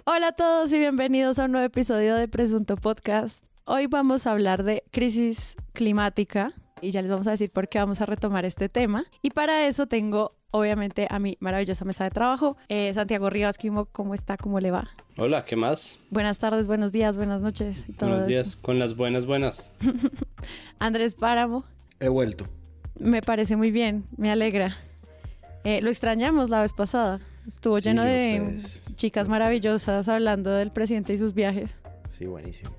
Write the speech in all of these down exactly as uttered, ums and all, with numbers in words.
Hola a todos y bienvenidos a un nuevo episodio de Presunto Podcast. Hoy vamos a hablar de crisis climática y ya les vamos a decir por qué vamos a retomar este tema. Y para eso tengo, obviamente, a mi maravillosa mesa de trabajo. Eh, Santiago Rivas, ¿cómo está? ¿Cómo le va? Hola, ¿qué más? Buenas tardes, buenos días, buenas noches y todo Buenos días, eso. con las buenas, buenas. Andrés Páramo. He vuelto. Me parece muy bien, me alegra. Eh, lo extrañamos la vez pasada. Estuvo Sí, lleno de ustedes, chicas ustedes. maravillosas hablando del presidente y sus viajes. Sí, buenísimo.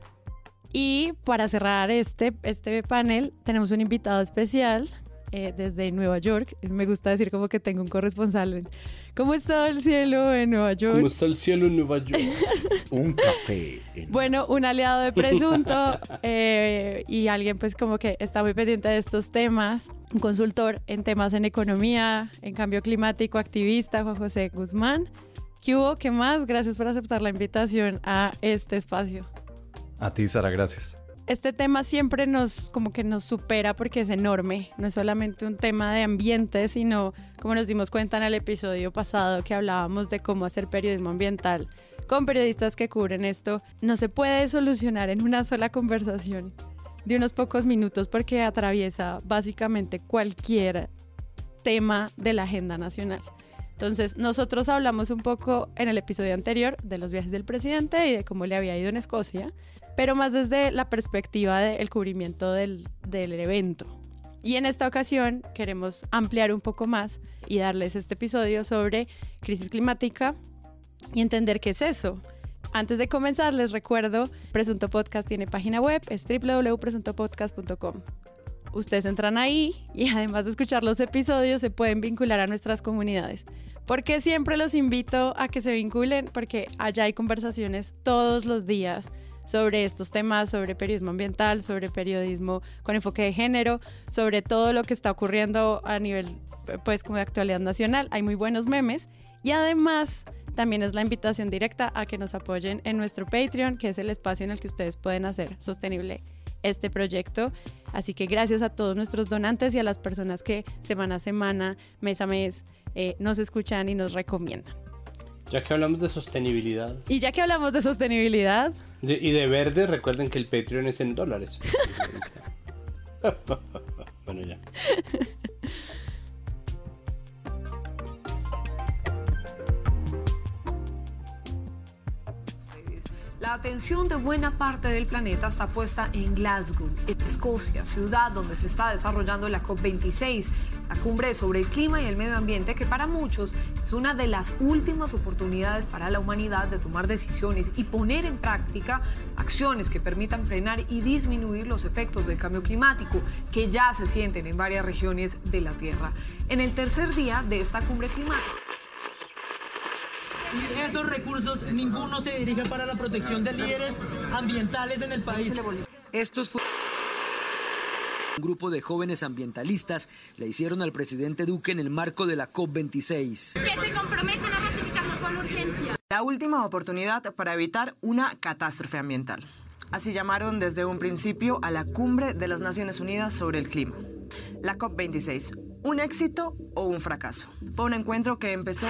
Y para cerrar este, este panel, tenemos un invitado especial eh, desde Nueva York. Me gusta decir como que tengo un corresponsal. En, ¿Cómo está el cielo en Nueva York? ¿Cómo está el cielo en Nueva York? Un café. En... Bueno, un aliado de Presunto eh, y alguien pues como que está muy pendiente de estos temas. Un consultor en temas en economía, en cambio climático, activista, Juan José Guzmán. ¿Qué hubo? ¿Qué más? Gracias por aceptar la invitación a este espacio. A ti, Sara, gracias. Este tema siempre nos, como que nos supera porque es enorme. No es solamente un tema de ambiente, sino como nos dimos cuenta en el episodio pasado que hablábamos de cómo hacer periodismo ambiental con periodistas que cubren esto. No se puede solucionar en una sola conversación de unos pocos minutos porque atraviesa básicamente cualquier tema de la agenda nacional. Entonces, nosotros hablamos un poco en el episodio anterior de los viajes del presidente y de cómo le había ido en Escocia, pero más desde la perspectiva del cubrimiento del, del evento. Y en esta ocasión queremos ampliar un poco más y darles este episodio sobre crisis climática y entender qué es eso. Antes de comenzar, les recuerdo, Presunto Podcast tiene página web, es doble u doble u doble u punto presunto podcast punto com. Ustedes entran ahí y además de escuchar los episodios se pueden vincular a nuestras comunidades. ¿Por qué siempre los invito a que se vinculen? Porque allá hay conversaciones todos los días sobre estos temas, sobre periodismo ambiental, sobre periodismo con enfoque de género, sobre todo lo que está ocurriendo a nivel pues como de actualidad nacional. Hay muy buenos memes y además también es la invitación directa a que nos apoyen en nuestro Patreon, que es el espacio en el que ustedes pueden hacer sostenible este proyecto. Así que gracias a todos nuestros donantes y a las personas que semana a semana, mes a mes, eh, nos escuchan y nos recomiendan. Ya que hablamos de sostenibilidad Y ya que hablamos de sostenibilidad de, y de verde, recuerden que el Patreon es en dólares. Bueno, ya. La atención de buena parte del planeta está puesta en Glasgow, Escocia, ciudad donde se está desarrollando la COP veintiséis, la cumbre sobre el clima y el medio ambiente, que para muchos es una de las últimas oportunidades para la humanidad de tomar decisiones y poner en práctica acciones que permitan frenar y disminuir los efectos del cambio climático que ya se sienten en varias regiones de la Tierra. En el tercer día de esta cumbre climática, y esos recursos ninguno se dirige para la protección de líderes ambientales en el país. Estos fue... Un grupo de jóvenes ambientalistas le hicieron al presidente Duque en el marco de la COP veintiséis. Que se comprometen a ratificarlo con urgencia. La última oportunidad para evitar una catástrofe ambiental. Así llamaron desde un principio a la Cumbre de las Naciones Unidas sobre el Clima. La COP veintiséis, ¿un éxito o un fracaso? Fue un encuentro que empezó...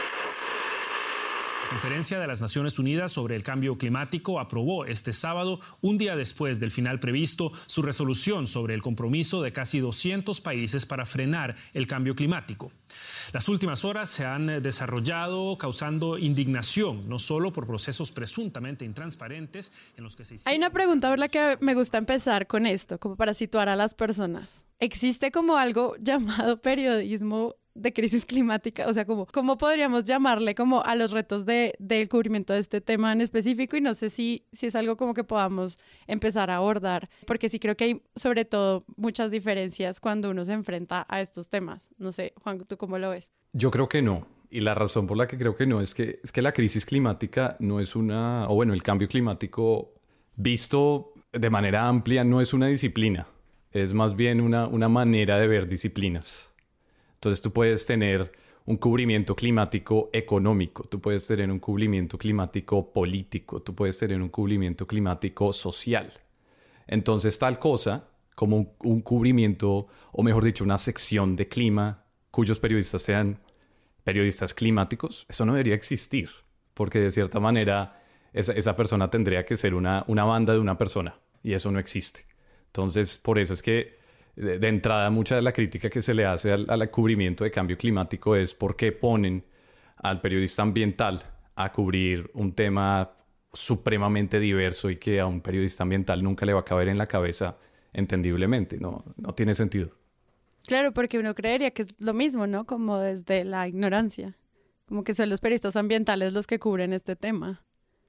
La Conferencia de las Naciones Unidas sobre el Cambio Climático aprobó este sábado, un día después del final previsto, su resolución sobre el compromiso de casi doscientos países para frenar el cambio climático. Las últimas horas se han desarrollado causando indignación, no solo por procesos presuntamente intransparentes en los que se... hay una pregunta por la que me gusta empezar con esto, como para situar a las personas. ¿Existe como algo llamado periodismo de crisis climática? O sea, como, ¿cómo podríamos llamarle como a los retos de, del cubrimiento de este tema en específico? Y no sé si, si es algo como que podamos empezar a abordar, porque sí creo que hay sobre todo muchas diferencias cuando uno se enfrenta a estos temas. No sé, Juan, ¿tú cómo lo ves? Yo creo que no. Y la razón por la que creo que no es que, es que la crisis climática no es una... o bueno, el cambio climático visto de manera amplia no es una disciplina. Es más bien una, una manera de ver disciplinas. Entonces tú puedes tener un cubrimiento climático económico, tú puedes tener un cubrimiento climático político, tú puedes tener un cubrimiento climático social. Entonces tal cosa como un, un cubrimiento, o mejor dicho, una sección de clima cuyos periodistas sean periodistas climáticos, eso no debería existir. porque de cierta manera esa, esa persona tendría que ser una, una banda de una persona y eso no existe. Entonces, por eso es que de, de entrada mucha de la crítica que se le hace al, al cubrimiento de cambio climático es por qué ponen al periodista ambiental a cubrir un tema supremamente diverso y que a un periodista ambiental nunca le va a caber en la cabeza entendiblemente. No, no tiene sentido. Claro, porque uno creería que es lo mismo, ¿no? Como desde la ignorancia. Como que son los periodistas ambientales los que cubren este tema.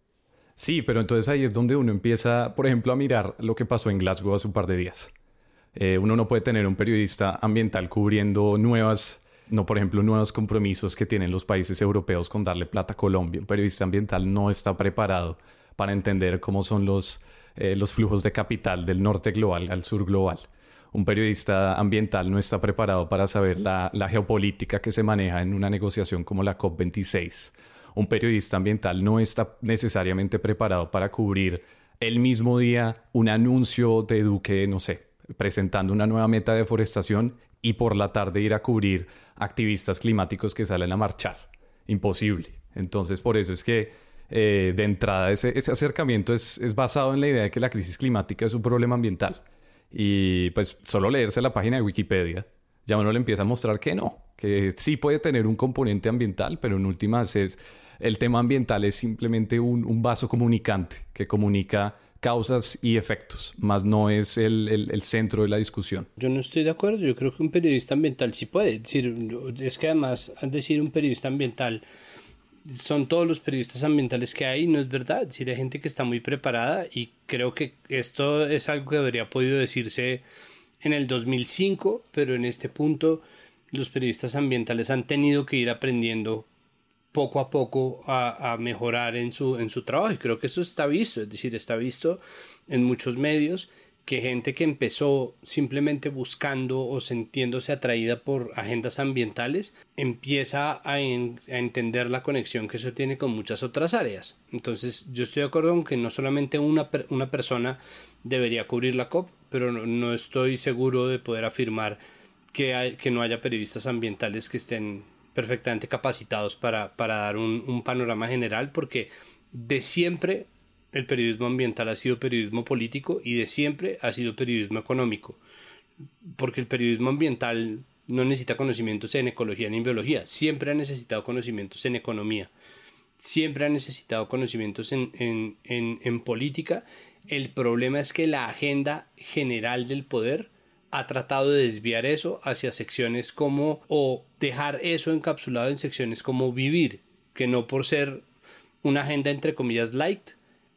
Sí, pero entonces ahí es donde uno empieza, por ejemplo, a mirar lo que pasó en Glasgow hace un par de días. Eh, uno no puede tener un periodista ambiental cubriendo nuevas, no, por ejemplo, nuevos compromisos que tienen los países europeos con darle plata a Colombia. Un periodista ambiental no está preparado para entender cómo son los, eh, los flujos de capital del norte global al sur global. Un periodista ambiental no está preparado para saber la, la geopolítica que se maneja en una negociación como la COP veintiséis. Un periodista ambiental no está necesariamente preparado para cubrir el mismo día un anuncio de Duque, no sé, presentando una nueva meta de deforestación y por la tarde ir a cubrir activistas climáticos que salen a marchar. Imposible. Entonces, por eso es que eh, de entrada ese, ese acercamiento es, es basado en la idea de que la crisis climática es un problema ambiental. Y pues solo leerse la página de Wikipedia ya uno le empieza a mostrar que no, que sí puede tener un componente ambiental, pero en últimas es, el tema ambiental es simplemente un, un vaso comunicante que comunica causas y efectos, más no es el, el, el centro de la discusión. Yo no estoy de acuerdo, yo creo que un periodista ambiental sí puede decir, es que además al decir un periodista ambiental son todos los periodistas ambientales que hay, no es verdad, es decir, hay gente que está muy preparada y creo que esto es algo que habría podido decirse en el dos mil cinco, pero en este punto los periodistas ambientales han tenido que ir aprendiendo poco a poco a, a mejorar en su, en su trabajo y creo que eso está visto, es decir, está visto en muchos medios que gente que empezó simplemente buscando o sintiéndose atraída por agendas ambientales empieza a, en, a entender la conexión que eso tiene con muchas otras áreas. Entonces yo estoy de acuerdo con que no solamente una, una persona debería cubrir la COP, pero no, no estoy seguro de poder afirmar que, hay, que no haya periodistas ambientales que estén perfectamente capacitados para, para dar un, un panorama general, porque de siempre el periodismo ambiental ha sido periodismo político y de siempre ha sido periodismo económico, porque el periodismo ambiental no necesita conocimientos en ecología ni en biología, siempre ha necesitado conocimientos en economía, siempre ha necesitado conocimientos en, en, en, en política. El problema es que la agenda general del poder ha tratado de desviar eso hacia secciones como, o dejar eso encapsulado en secciones como vivir, que no por ser una agenda entre comillas light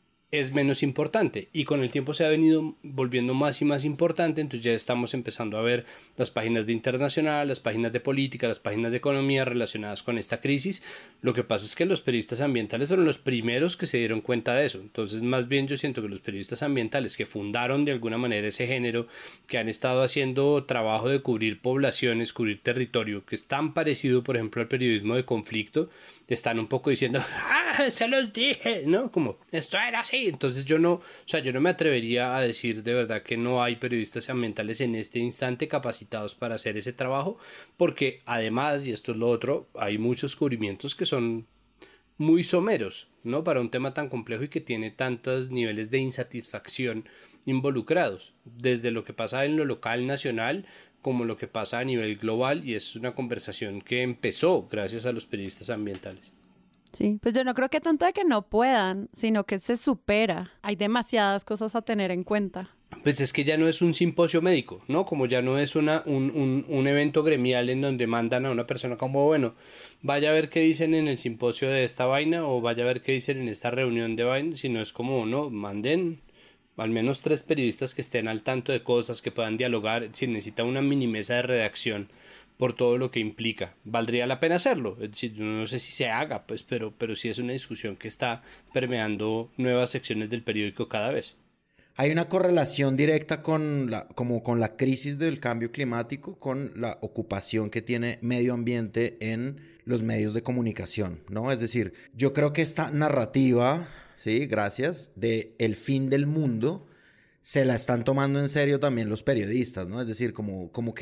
es menos importante, y con el tiempo se ha venido volviendo más y más importante. Entonces ya estamos empezando a ver las páginas de internacional, las páginas de política, las páginas de economía relacionadas con esta crisis. Lo que pasa es que los periodistas ambientales fueron los primeros que se dieron cuenta de eso. Entonces más bien yo siento que los periodistas ambientales que fundaron de alguna manera ese género, que han estado haciendo trabajo de cubrir poblaciones, cubrir territorio, que es tan parecido por ejemplo al periodismo de conflicto, están un poco diciendo ¡ah! Se los dije, ¿no? Como esto era así. Entonces yo no, o sea, yo no me atrevería a decir de verdad que no hay periodistas ambientales en este instante capacitados para hacer ese trabajo, porque además, y esto es lo otro, hay muchos cubrimientos que son muy someros, ¿no? Para un tema tan complejo y que tiene tantos niveles de insatisfacción involucrados, desde lo que pasa en lo local, nacional, como lo que pasa a nivel global, y es una conversación que empezó gracias a los periodistas ambientales. Sí, pues yo no creo que tanto de que no puedan, sino que se supera. Hay demasiadas cosas a tener en cuenta. Pues es que ya no es un simposio médico, ¿no? Como ya no es una, un, un, un evento gremial en donde mandan a una persona como, bueno, vaya a ver qué dicen en el simposio de esta vaina o vaya a ver qué dicen en esta reunión de vaina, sino es como, no, manden al menos tres periodistas que estén al tanto de cosas, que puedan dialogar. Si necesita una mini mesa de redacción por todo lo que implica, valdría la pena hacerlo. Es decir, no sé si se haga, pues, pero, pero sí es una discusión que está permeando nuevas secciones del periódico cada vez. Hay una correlación directa con la, como con la crisis del cambio climático, con la ocupación que tiene medio ambiente en los medios de comunicación, ¿no? Es decir, yo creo que esta narrativa, sí, gracias, de el fin del mundo, se la están tomando en serio también los periodistas, ¿no? Es decir, como, como que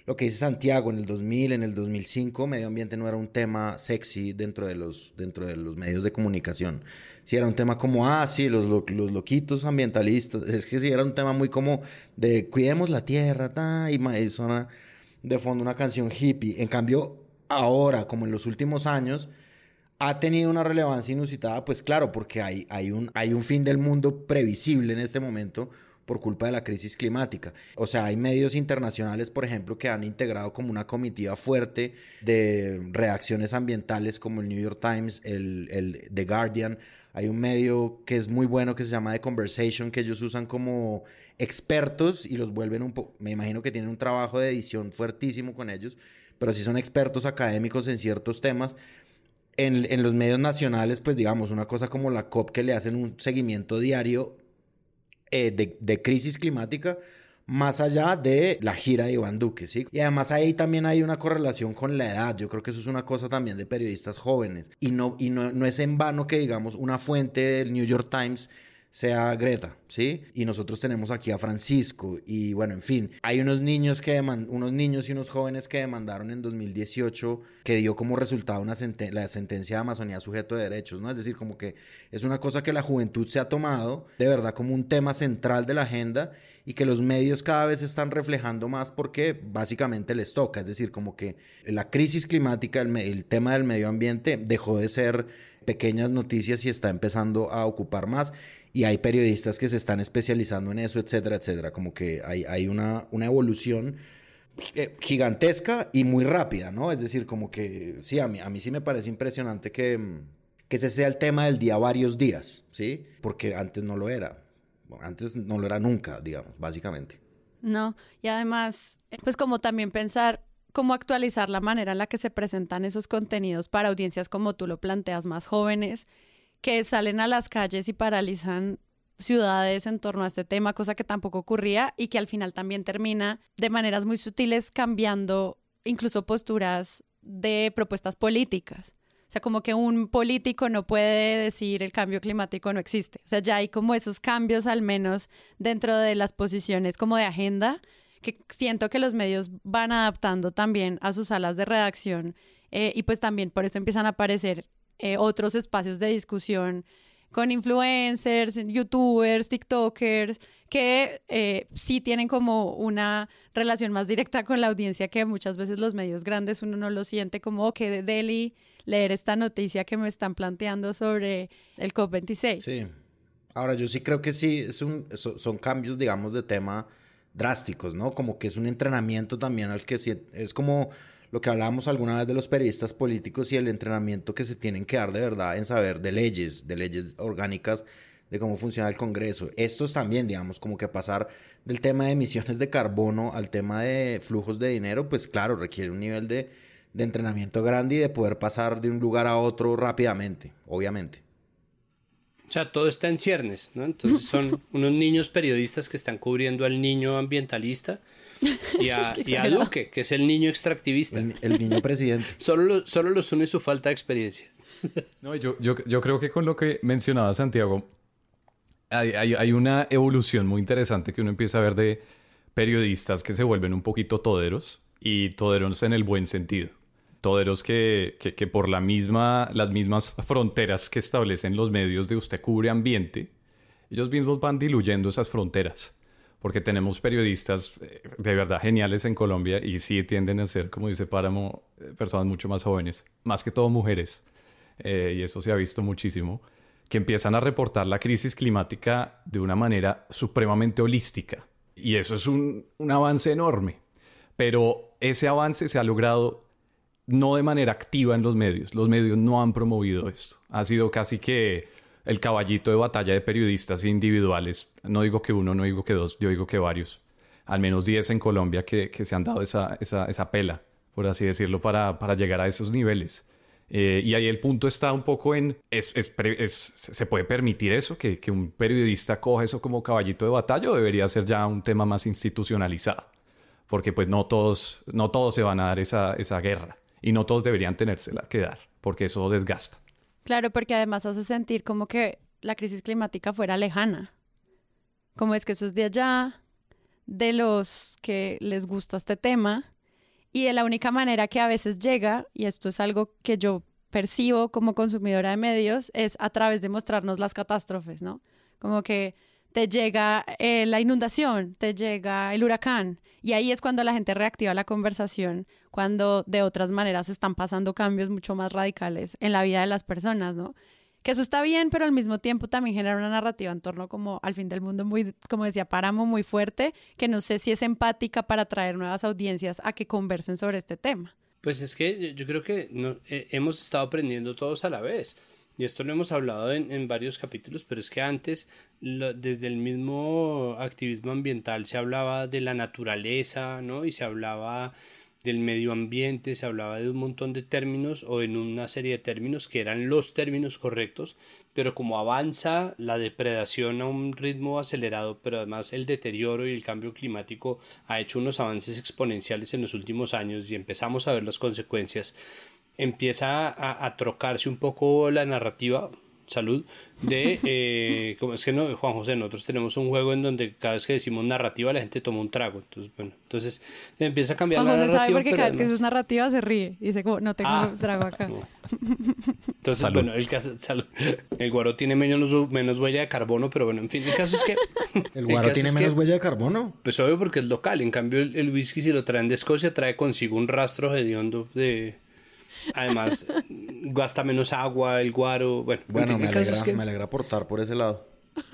lo que dice Santiago, en el dos mil, en el dos mil cinco, medio ambiente no era un tema sexy dentro de los, dentro de los medios de comunicación. Sí, era un tema como, ah, sí, los, los loquitos ambientalistas. Es que sí, era un tema muy como de cuidemos la tierra, ta, y, y suena de fondo una canción hippie. En cambio, ahora, como en los últimos años, ha tenido una relevancia inusitada, pues claro, porque hay, hay, un, hay un fin del mundo previsible en este momento por culpa de la crisis climática. O sea, hay medios internacionales, por ejemplo, que han integrado como una comitiva fuerte de reacciones ambientales como el New York Times, el, el The Guardian. Hay un medio que es muy bueno que se llama The Conversation, que ellos usan como expertos y los vuelven un poco, me imagino que tienen un trabajo de edición fuertísimo con ellos, pero sí son expertos académicos en ciertos temas. En, en los medios nacionales, pues digamos, una cosa como la COP, que le hacen un seguimiento diario eh, de, de crisis climática, más allá de la gira de Iván Duque, ¿sí? Y además ahí también hay una correlación con la edad. Yo creo que eso es una cosa también de periodistas jóvenes. Y no, y no, no es en vano que, digamos, una fuente del New York Times sea Greta, ¿sí? Y nosotros tenemos aquí a Francisco y bueno, en fin, hay unos niños que deman- unos niños y unos jóvenes que demandaron en dos mil dieciocho, que dio como resultado una senten- la sentencia de Amazonía sujeto de derechos, ¿no? Es decir, como que es una cosa que la juventud se ha tomado de verdad como un tema central de la agenda y que los medios cada vez están reflejando más porque básicamente les toca, es decir, como que la crisis climática, el, me- el tema del medio ambiente dejó de ser pequeñas noticias y está empezando a ocupar más. Y hay periodistas que se están especializando en eso, etcétera, etcétera. Como que hay, hay una, una evolución eh, gigantesca y muy rápida, ¿no? Es decir, como que sí, a mí, a mí sí me parece impresionante que, que ese sea el tema del día varios días, ¿sí? Porque antes no lo era. Antes no lo era nunca, digamos, básicamente. No, y además, pues como también pensar cómo actualizar la manera en la que se presentan esos contenidos para audiencias como tú lo planteas, más jóvenes, que salen a las calles y paralizan ciudades en torno a este tema, cosa que tampoco ocurría y que al final también termina de maneras muy sutiles cambiando incluso posturas de propuestas políticas. O sea, como que un político no puede decir el cambio climático no existe. O sea, ya hay como esos cambios al menos dentro de las posiciones como de agenda, que siento que los medios van adaptando también a sus salas de redacción eh, y pues también por eso empiezan a aparecer Eh, otros espacios de discusión con influencers, youtubers, tiktokers, que eh, sí tienen como una relación más directa con la audiencia que muchas veces los medios grandes uno no lo siente como, oh, qué deli leer esta noticia que me están planteando sobre el COP veintiséis. Sí. Ahora, yo sí creo que sí, es un, so, son cambios, digamos, de tema drásticos, ¿no? Como que es un entrenamiento también al que sí, es como lo que hablábamos alguna vez de los periodistas políticos y el entrenamiento que se tienen que dar de verdad en saber de leyes, de leyes orgánicas, de cómo funciona el Congreso. Estos también, digamos, como que pasar del tema de emisiones de carbono al tema de flujos de dinero, pues claro, requiere un nivel de, de entrenamiento grande y de poder pasar de un lugar a otro rápidamente, obviamente. O sea, todo está en ciernes, ¿no? Entonces son unos niños periodistas que están cubriendo al niño ambientalista y a, y a Duque, que es el niño extractivista. El, el niño presidente. Solo, lo, solo los une su falta de experiencia. No, yo, yo, yo creo que con lo que mencionaba Santiago, hay, hay, hay una evolución muy interesante que uno empieza a ver de periodistas que se vuelven un poquito toderos, y toderos en el buen sentido. Toderos que, que, que por la misma, las mismas fronteras que establecen los medios de usted cubre ambiente, ellos mismos van diluyendo esas fronteras. Porque tenemos periodistas de verdad geniales en Colombia y sí tienden a ser, como dice Páramo, personas mucho más jóvenes, más que todo mujeres, eh, y eso se ha visto muchísimo, que empiezan a reportar la crisis climática de una manera supremamente holística. Y eso es un, un avance enorme. Pero ese avance se ha logrado no de manera activa en los medios. Los medios no han promovido esto. Ha sido casi que el caballito de batalla de periodistas individuales. No digo que uno, no digo que dos, yo digo que varios. Al menos diez en Colombia que, que se han dado esa, esa, esa pela, por así decirlo, para, para llegar a esos niveles. Eh, y ahí el punto está un poco en, es, es, es, ¿se puede permitir eso? ¿Que, que un periodista coja eso como caballito de batalla, o debería ser ya un tema más institucionalizado? Porque pues no todos, no todos se van a dar esa, esa guerra, y no todos deberían tenérsela que dar, porque eso desgasta. Claro, porque además hace sentir como que la crisis climática fuera lejana. Como es que eso es de allá, de los que les gusta este tema, Y de la única manera que a veces llega, y esto es algo que yo percibo como consumidora de medios, es a través de mostrarnos las catástrofes, ¿no? Como que te llega eh, la inundación, te llega el huracán, y ahí es cuando la gente reactiva la conversación, cuando de otras maneras están pasando cambios mucho más radicales en la vida de las personas, ¿no? Que eso está bien, pero al mismo tiempo también genera una narrativa en torno como al fin del mundo muy, como decía Páramo, muy fuerte, que no sé si es empática para atraer nuevas audiencias a que conversen sobre este tema. Pues es que yo creo que no, eh, hemos estado aprendiendo todos a la vez. Y esto lo hemos hablado en, en varios capítulos, pero es que antes, lo, desde el mismo activismo ambiental, se hablaba de la naturaleza, ¿no? Y se hablaba del medio ambiente, se hablaba de un montón de términos o en una serie de términos que eran los términos correctos, pero como avanza la depredación a un ritmo acelerado, pero además el deterioro y el cambio climático ha hecho unos avances exponenciales en los últimos años y empezamos a ver las consecuencias, empieza a, a trocarse un poco la narrativa, salud, de, eh, como es que no, Juan José, nosotros tenemos un juego en donde cada vez que decimos narrativa la gente toma un trago, entonces bueno, entonces empieza a cambiar Juan la José narrativa. Sabe porque cada vez además... que dices narrativa se ríe y dice como, no tengo ah, un trago acá. No. Entonces, salud. bueno, el caso, salud. El guaro tiene menos, menos huella de carbono, pero bueno, en fin, el caso es que... ¿El guaro el tiene es menos que, huella de carbono? Pues obvio porque es local, en cambio el, el whisky si lo traen de Escocia trae consigo un rastro hediondo de... Además, gasta menos agua, el guaro. Bueno, bueno me, alegra, es que... me alegra aportar por ese lado.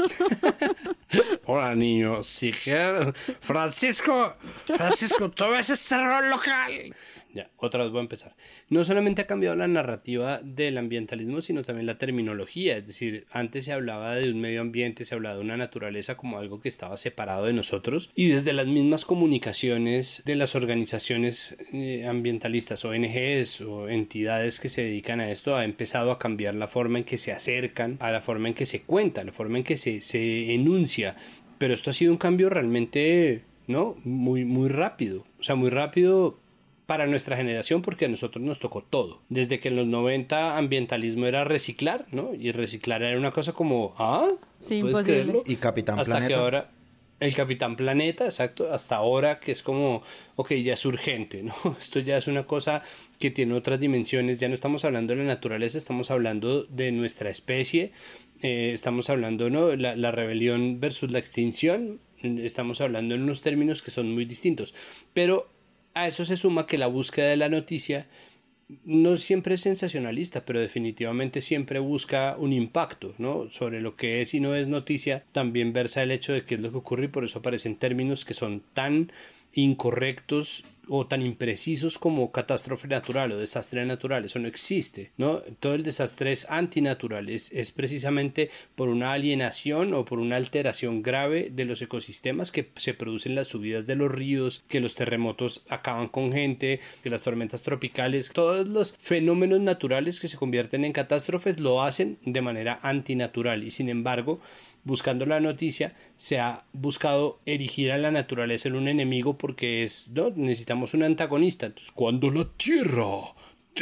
Hola, niño. Sí, que... Francisco, Francisco, ¿tú ves este rol local? Ya, otra vez voy a empezar. No solamente ha cambiado la narrativa del ambientalismo, sino también la terminología. Es decir, antes se hablaba de un medio ambiente, se hablaba de una naturaleza como algo que estaba separado de nosotros. Y desde las mismas comunicaciones de las organizaciones eh, ambientalistas, O N Ges o entidades que se dedican a esto, ha empezado a cambiar la forma en que se acercan a la forma en que se cuenta, la forma en que se, se enuncia. Pero esto ha sido un cambio realmente, ¿no? Muy, muy rápido. O sea, muy rápido para nuestra generación porque a nosotros nos tocó todo. Desde que en los noventa ambientalismo era reciclar, ¿no? Y reciclar era una cosa como, ¿ah? Sí, ¿puedes imposible. creerlo? Y Capitán Hasta Planeta. que ahora, el Capitán Planeta, exacto, hasta ahora que es como, ok, ya es urgente, ¿no? Esto ya es una cosa que tiene otras dimensiones, ya no estamos hablando de la naturaleza, estamos hablando de nuestra especie, eh, estamos hablando, ¿no? La, la rebelión versus la extinción, estamos hablando en unos términos que son muy distintos, pero a eso se suma que la búsqueda de la noticia no siempre es sensacionalista, pero definitivamente siempre busca un impacto, ¿no? Sobre lo que es y no es noticia, también versa el hecho de qué es lo que ocurre y por eso aparecen términos que son tan incorrectos o tan imprecisos como catástrofe natural o desastre natural. Eso no existe, ¿no? Todo el desastre es antinatural, es, es precisamente por una alienación o por una alteración grave de los ecosistemas que se producen las subidas de los ríos, que los terremotos acaban con gente, que las tormentas tropicales, todos los fenómenos naturales que se convierten en catástrofes lo hacen de manera antinatural y sin embargo, buscando la noticia, se ha buscado erigir a la naturaleza en un enemigo porque es, ¿no? Necesitamos un antagonista. Entonces, cuando la tierra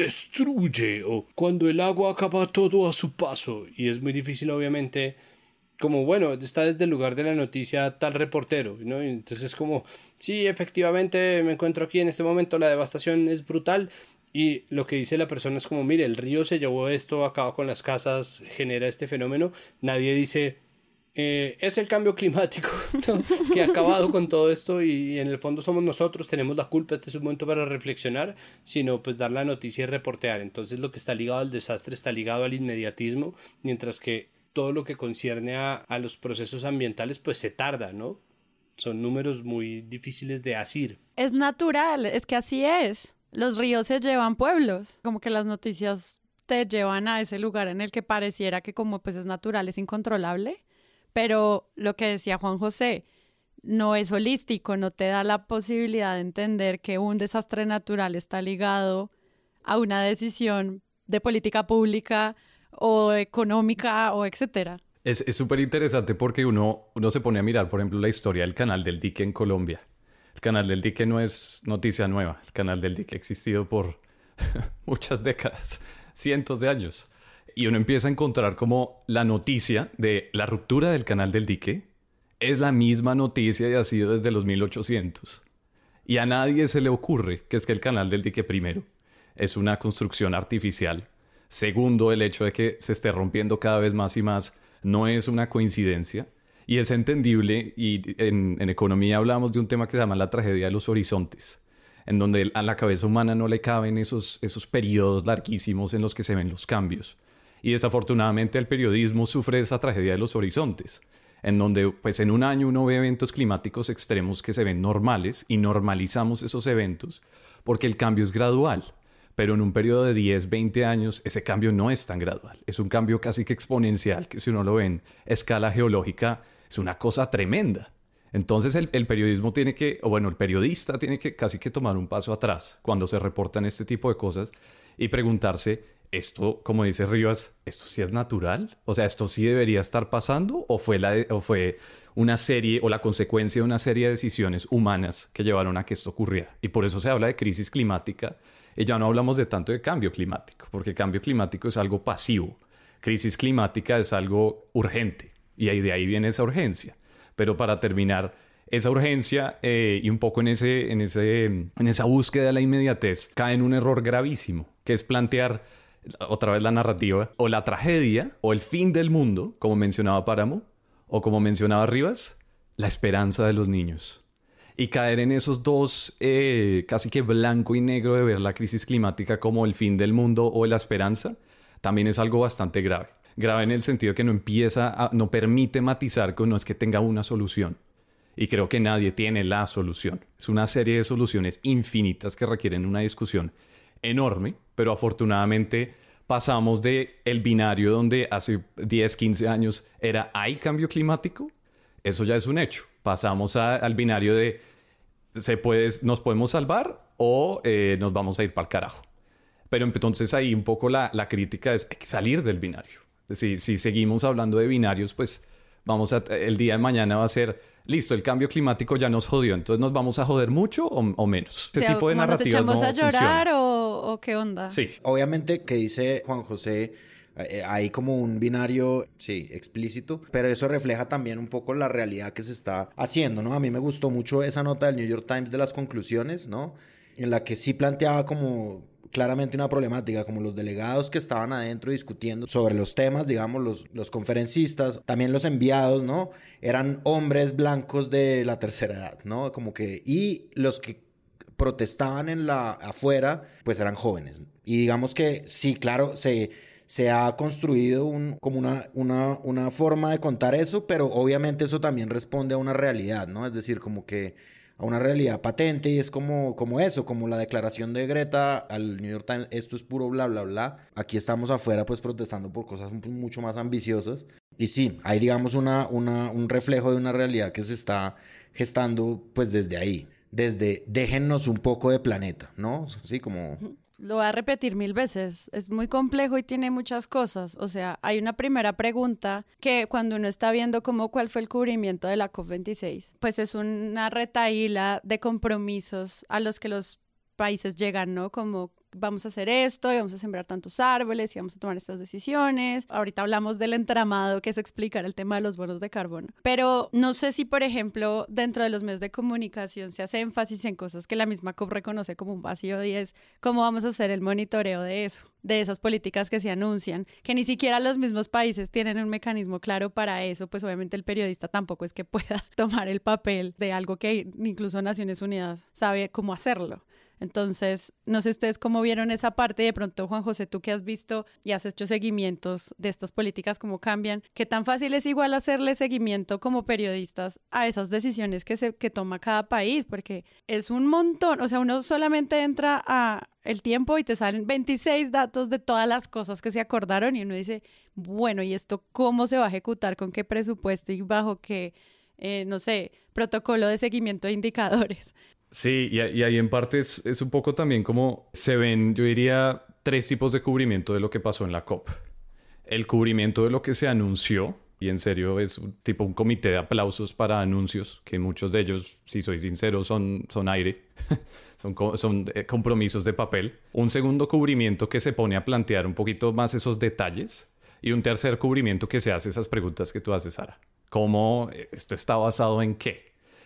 destruye o cuando el agua acaba todo a su paso, y es muy difícil obviamente, como bueno, está desde el lugar de la noticia tal reportero, ¿no? Y entonces es como, sí, efectivamente me encuentro aquí en este momento, la devastación es brutal. Y lo que dice la persona es como, mire, el río se llevó esto, acaba con las casas, genera este fenómeno. Nadie dice, eh, es el cambio climático, ¿no? Que ha acabado con todo esto y en el fondo somos nosotros, tenemos la culpa, este es un momento para reflexionar, sino pues dar la noticia y reportear. Entonces lo que está ligado al desastre está ligado al inmediatismo, mientras que todo lo que concierne a, a los procesos ambientales pues se tarda, ¿no? Son números muy difíciles de asir. Es natural, es que así es. Los ríos se llevan pueblos, como que las noticias te llevan a ese lugar en el que pareciera que como pues es natural, es incontrolable, pero lo que decía Juan José, no es holístico, no te da la posibilidad de entender que un desastre natural está ligado a una decisión de política pública o económica o etcétera. Es súper interesante porque uno, uno se pone a mirar, por ejemplo, la historia del Canal del Dique en Colombia. El Canal del Dique no es noticia nueva. El Canal del Dique ha existido por muchas décadas, cientos de años. Y uno empieza a encontrar como la noticia de la ruptura del Canal del Dique es la misma noticia y ha sido desde los mil ochocientos. Y a nadie se le ocurre que es que el canal del dique, primero, es una construcción artificial. Segundo, el hecho de que se esté rompiendo cada vez más y más no es una coincidencia. Y es entendible, y en, en economía hablamos de un tema que se llama la tragedia de los horizontes, en donde a la cabeza humana no le caben esos, esos periodos larguísimos en los que se ven los cambios. Y desafortunadamente el periodismo sufre esa tragedia de los horizontes, en donde pues en un año uno ve eventos climáticos extremos que se ven normales y normalizamos esos eventos porque el cambio es gradual. Pero en un periodo de diez, veinte años ese cambio no es tan gradual. Es un cambio casi que exponencial, que si uno lo ve en escala geológica es una cosa tremenda. Entonces el, el periodismo tiene que, o bueno, el periodista tiene que casi que tomar un paso atrás cuando se reportan este tipo de cosas y preguntarse, esto, como dice Rivas, ¿esto sí es natural? O sea, ¿esto sí debería estar pasando? ¿O fue, la, o fue una serie o la consecuencia de una serie de decisiones humanas que llevaron a que esto ocurriera? Y por eso se habla de crisis climática y ya no hablamos de tanto de cambio climático, porque cambio climático es algo pasivo. Crisis climática es algo urgente y ahí de ahí viene esa urgencia. Pero para terminar, esa urgencia eh, y un poco en, ese, en, ese, en esa búsqueda de la inmediatez cae en un error gravísimo, que es plantear otra vez la narrativa, o la tragedia, o el fin del mundo, como mencionaba Páramo, o como mencionaba Rivas, la esperanza de los niños. Y caer en esos dos, eh, casi que blanco y negro de ver la crisis climática como el fin del mundo o la esperanza, también es algo bastante grave. Grave en el sentido que no empieza, a, no permite matizar que no es que tenga una solución. Y creo que nadie tiene la solución. Es una serie de soluciones infinitas que requieren una discusión enorme, pero afortunadamente pasamos de el binario donde hace diez, quince años era ¿hay cambio climático? Eso ya es un hecho. Pasamos a, al binario de ¿se puede, nos podemos salvar o eh, nos vamos a ir para el carajo? Pero entonces ahí un poco la, la crítica es hay que salir del binario. Si, si seguimos hablando de binarios, pues vamos a, el día de mañana va a ser listo, el cambio climático ya nos jodió, entonces nos vamos a joder mucho o, o menos. Este o sea, tipo de ¿nos narrativas echamos no a llorar funciona. o, o qué onda? Sí. Obviamente que dice Juan José, eh, hay como un binario, sí, explícito, pero eso refleja también un poco la realidad que se está haciendo, ¿no? A mí me gustó mucho esa nota del New York Times de las conclusiones, ¿no? En la que sí planteaba como claramente una problemática, como los delegados que estaban adentro discutiendo sobre los temas, digamos, los, los conferencistas, también los enviados, ¿no? Eran hombres blancos de la tercera edad, ¿no? Como que, y los que protestaban en la afuera, pues eran jóvenes. Y digamos que sí, claro, se, se ha construido un, como una, una, una forma de contar eso, pero obviamente eso también responde a una realidad, ¿no? Es decir, como que a una realidad patente y es como, como eso, como la declaración de Greta al New York Times, esto es puro bla, bla, bla. Aquí estamos afuera pues protestando por cosas mucho más ambiciosas. Y sí, hay digamos una, una, un reflejo de una realidad que se está gestando pues desde ahí, desde déjennos un poco de planeta, ¿no? Así como... Lo voy a repetir mil veces, es muy complejo y tiene muchas cosas. O sea, hay una primera pregunta que cuando uno está viendo como cuál fue el cubrimiento de la COP veintiséis, pues es una retahíla de compromisos a los que los países llegan, ¿no? Como vamos a hacer esto y vamos a sembrar tantos árboles y vamos a tomar estas decisiones. Ahorita hablamos del entramado, que es explicar el tema de los bonos de carbono. Pero no sé si, por ejemplo, dentro de los medios de comunicación se hace énfasis en cosas que la misma COP reconoce como un vacío y es cómo vamos a hacer el monitoreo de eso, de esas políticas que se anuncian, que ni siquiera los mismos países tienen un mecanismo claro para eso, pues obviamente el periodista tampoco es que pueda tomar el papel de algo que incluso Naciones Unidas sabe cómo hacerlo. Entonces, no sé ustedes cómo vieron esa parte, de pronto, Juan José, tú que has visto y has hecho seguimientos de estas políticas, cómo cambian, qué tan fácil es igual hacerle seguimiento como periodistas a esas decisiones que, se, que toma cada país, porque es un montón, o sea, uno solamente entra a el tiempo y te salen veintiséis datos de todas las cosas que se acordaron y uno dice, bueno, ¿y esto cómo se va a ejecutar? ¿Con qué presupuesto y bajo qué, eh, no sé, protocolo de seguimiento de indicadores? Sí, y, y ahí en parte es, es un poco también como se ven, yo diría, tres tipos de cubrimiento de lo que pasó en la COP. El cubrimiento de lo que se anunció, y en serio es un, tipo un comité de aplausos para anuncios, que muchos de ellos, si soy sincero, son, son aire, son, son compromisos de papel. Un segundo cubrimiento que se pone a plantear un poquito más esos detalles. Y un tercer cubrimiento que se hace esas preguntas que tú haces, Sara. ¿Cómo esto está basado en qué?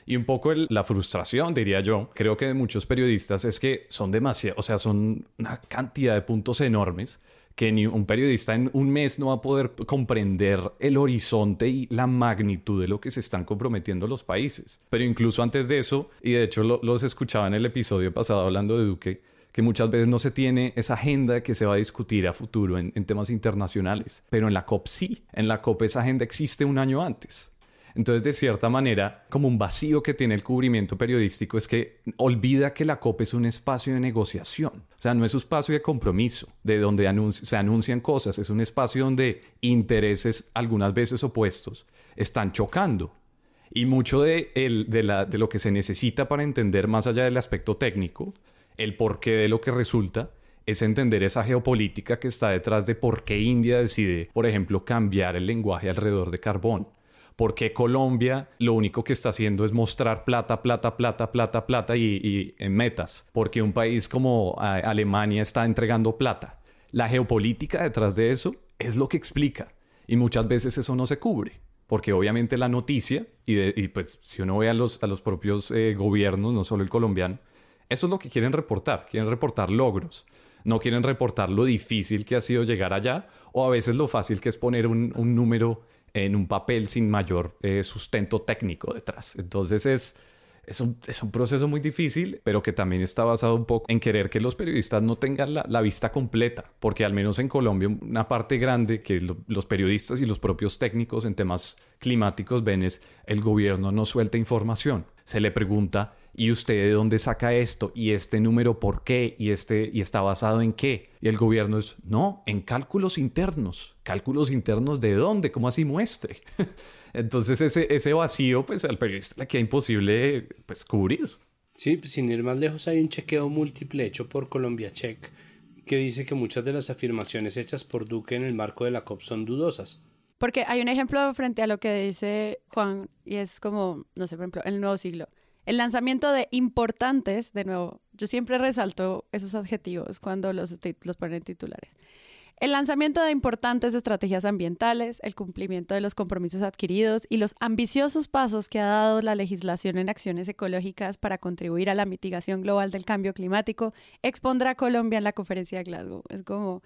Y un poco el, la frustración, diría yo, creo que de muchos periodistas es que son demasiado, o sea, son una cantidad de puntos enormes que ni un periodista en un mes no va a poder comprender el horizonte y la magnitud de lo que se están comprometiendo los países. Pero incluso antes de eso, y de hecho lo, los escuchaba en el episodio pasado hablando de Duque, que muchas veces no se tiene esa agenda que se va a discutir a futuro en, en temas internacionales. Pero en la COP sí, en la COP esa agenda existe un año antes. Entonces, de cierta manera, como un vacío que tiene el cubrimiento periodístico es que olvida que la COP es un espacio de negociación. O sea, no es un espacio de compromiso, de donde anunci- se anuncian cosas. Es un espacio donde intereses, algunas veces opuestos, están chocando. Y mucho de, el, de, la, de lo que se necesita para entender más allá del aspecto técnico, el porqué de lo que resulta, es entender esa geopolítica que está detrás de por qué India decide, por ejemplo, cambiar el lenguaje alrededor de carbón. ¿Por qué Colombia lo único que está haciendo es mostrar plata, plata, plata, plata, plata y, y en metas? Porque un país como a, Alemania está entregando plata. La geopolítica detrás de eso es lo que explica. Y muchas veces eso no se cubre. Porque obviamente la noticia, y, de, y pues si uno ve a los, a los propios eh, gobiernos, no solo el colombiano, eso es lo que quieren reportar. Quieren reportar logros. No quieren reportar lo difícil que ha sido llegar allá o a veces lo fácil que es poner un, un número en un papel sin mayor eh, sustento técnico detrás. Entonces es, es, un, es un proceso muy difícil, pero que también está basado un poco en querer que los periodistas no tengan la, la vista completa, porque al menos en Colombia una parte grande que lo, los periodistas y los propios técnicos en temas climáticos ven es el gobierno no suelta información. Se le pregunta, ¿y usted de dónde saca esto? ¿Y este número por qué? ¿Y, este, y está basado en qué? Y el gobierno es, no, en cálculos internos. ¿Cálculos internos de dónde? ¿Cómo así muestre? Entonces ese, ese vacío, pues al periodista le queda imposible pues, cubrir. Sí, pues, sin ir más lejos, hay un chequeo múltiple hecho por Colombia Check que dice que muchas de las afirmaciones hechas por Duque en el marco de la COP son dudosas. Porque hay un ejemplo frente a lo que dice Juan, y es como, no sé, por ejemplo, el nuevo siglo. El lanzamiento de importantes, de nuevo, yo siempre resalto esos adjetivos cuando los, los ponen en titulares. El lanzamiento de importantes estrategias ambientales, el cumplimiento de los compromisos adquiridos y los ambiciosos pasos que ha dado la legislación en acciones ecológicas para contribuir a la mitigación global del cambio climático, expondrá a Colombia en la conferencia de Glasgow. Es como,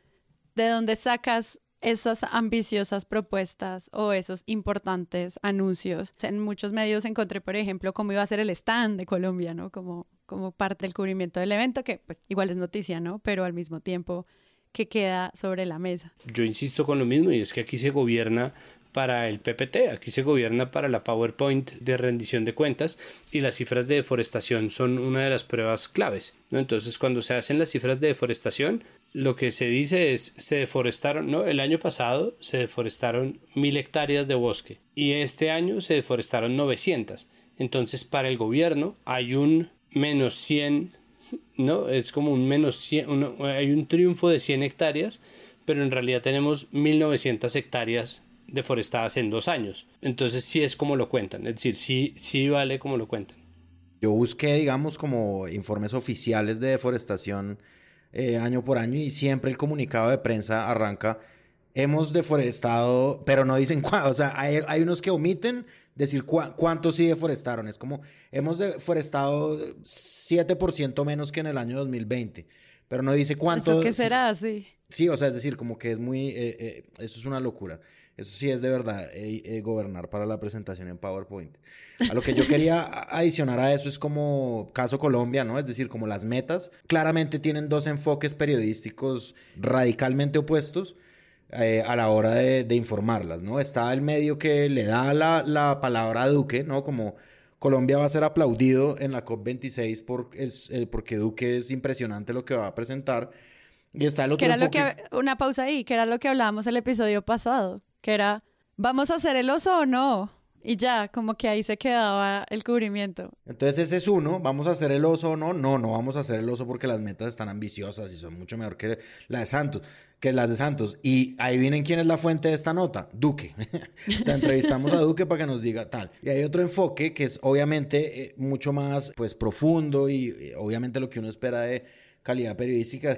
¿de dónde sacas esas ambiciosas propuestas o esos importantes anuncios? En muchos medios encontré, por ejemplo, cómo iba a ser el stand de Colombia, ¿no? Como, como parte del cubrimiento del evento, que pues igual es noticia, ¿no? Pero al mismo tiempo que queda sobre la mesa. Yo insisto con lo mismo, y es que aquí se gobierna para el P P T, aquí se gobierna para la PowerPoint de rendición de cuentas, y las cifras de deforestación son una de las pruebas claves, ¿no? Entonces, cuando se hacen las cifras de deforestación, lo que se dice es, se deforestaron, ¿no? El año pasado se deforestaron mil hectáreas de bosque y este año se deforestaron novecientas. Entonces, para el gobierno hay un menos cien, ¿no? Es como un menos cien, un, hay un triunfo de cien hectáreas, pero en realidad tenemos mil novecientas hectáreas deforestadas en dos años. Entonces, sí es como lo cuentan, es decir, sí, sí vale como lo cuentan. Yo busqué, digamos, como informes oficiales de deforestación Eh, año por año y siempre el comunicado de prensa arranca, hemos deforestado, pero no dicen cuánto, o sea, hay, hay unos que omiten decir cu- cuánto sí deforestaron, es como, hemos deforestado siete por ciento menos que en el año dos mil veinte, pero no dice cuánto. ¿Eso qué será? Sí. Sí, o sea, es decir, como que es muy, eh, eh, eso es una locura. Eso sí es de verdad eh, eh, gobernar para la presentación en PowerPoint. A lo que yo quería adicionar a eso es como caso Colombia, ¿no? Es decir, como las metas claramente tienen dos enfoques periodísticos radicalmente opuestos eh, a la hora de, de informarlas, ¿no? Está el medio que le da la, la palabra a Duque, ¿no? Como Colombia va a ser aplaudido en la COP veintiséis por, es, eh, porque Duque es impresionante lo que va a presentar. Y está el otro que era enfoque. lo que, una pausa ahí, que era lo que hablábamos el episodio pasado, que era, ¿vamos a hacer el oso o no? Y ya, como que ahí se quedaba el cubrimiento. Entonces ese es uno, ¿vamos a hacer el oso o no? No, no vamos a hacer el oso porque las metas están ambiciosas y son mucho mejor que la de Santos, que las de Santos. Y ahí vienen quién es la fuente de esta nota, Duque. O sea, entrevistamos a Duque para que nos diga tal. Y hay otro enfoque que es obviamente eh, mucho más pues profundo y eh, obviamente lo que uno espera de calidad periodística, que es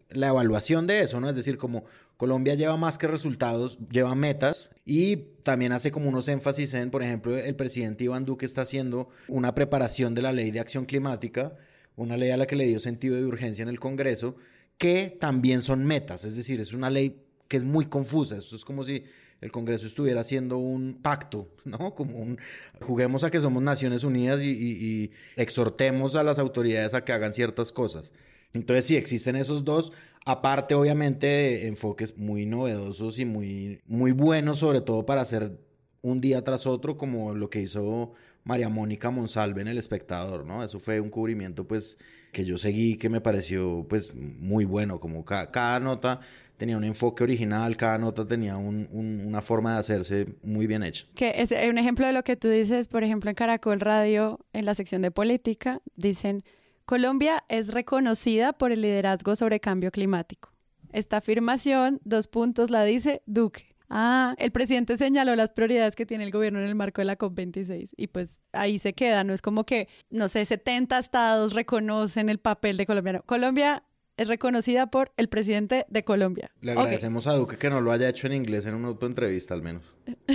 la evaluación de eso, ¿no? Es decir, como Colombia lleva más que resultados, lleva metas y también hace como unos énfasis en, por ejemplo, el presidente Iván Duque está haciendo una preparación de la ley de acción climática, una ley a la que le dio sentido de urgencia en el Congreso, que también son metas, es decir, es una ley que es muy confusa, eso es como si el Congreso estuviera haciendo un pacto, ¿no? Como un, juguemos a que somos Naciones Unidas y, y, y exhortemos a las autoridades a que hagan ciertas cosas. Entonces sí, existen esos dos, aparte obviamente de enfoques muy novedosos y muy, muy buenos, sobre todo para hacer un día tras otro, como lo que hizo María Mónica Monsalve en El Espectador, ¿no? Eso fue un cubrimiento pues que yo seguí, que me pareció pues muy bueno, como ca- cada nota tenía un enfoque original, cada nota tenía un, un, una forma de hacerse muy bien hecha. Que es un ejemplo de lo que tú dices, por ejemplo, en Caracol Radio, en la sección de política, dicen: Colombia es reconocida por el liderazgo sobre cambio climático. Esta afirmación, dos puntos, la dice Duque. Ah, el presidente señaló las prioridades que tiene el gobierno en el marco de la COP veintiséis y pues ahí se queda, no es como que, no sé, setenta estados reconocen el papel de Colombia. No. Colombia es reconocida por el presidente de Colombia. Le agradecemos okay. a Duque que no lo haya hecho en inglés en una autoentrevista al menos.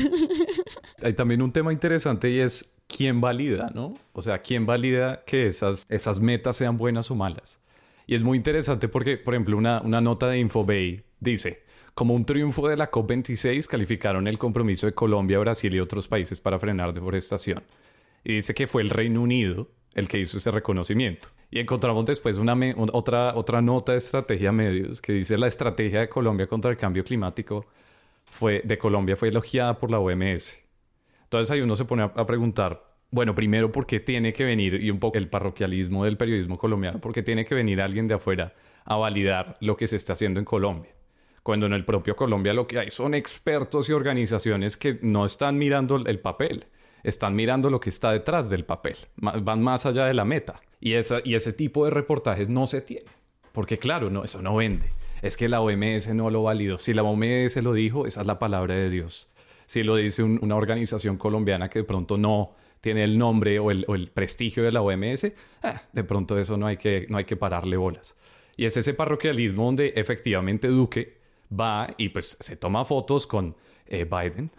Hay también un tema interesante y es quién valida, ¿no? O sea, quién valida que esas, esas metas sean buenas o malas. Y es muy interesante porque, por ejemplo, una, una nota de Infobay dice: como un triunfo de la COP veintiséis calificaron el compromiso de Colombia, Brasil y otros países para frenar deforestación. Y dice que fue el Reino Unido el que hizo ese reconocimiento. Y encontramos después una me- otra, otra nota de Estrategia Medios que dice: la estrategia de Colombia contra el cambio climático fue, de Colombia fue elogiada por la O M S. Entonces ahí uno se pone a, a preguntar, bueno, primero, ¿por qué tiene que venir, y un poco el parroquialismo del periodismo colombiano, por qué tiene que venir alguien de afuera a validar lo que se está haciendo en Colombia? Cuando en el propio Colombia lo que hay son expertos y organizaciones que no están mirando el papel, están mirando lo que está detrás del papel, van más allá de la meta. Y, esa, y ese tipo de reportajes no se tiene, porque claro, no, eso no vende. Es que la O M S no lo validó. Si la O M S lo dijo, esa es la palabra de Dios. Si lo dice un, una organización colombiana que de pronto no tiene el nombre o el, o el prestigio de la O M S, eh, de pronto eso no hay, que, no hay que pararle bolas. Y es ese parroquialismo donde efectivamente Duque va y pues se toma fotos con eh, Biden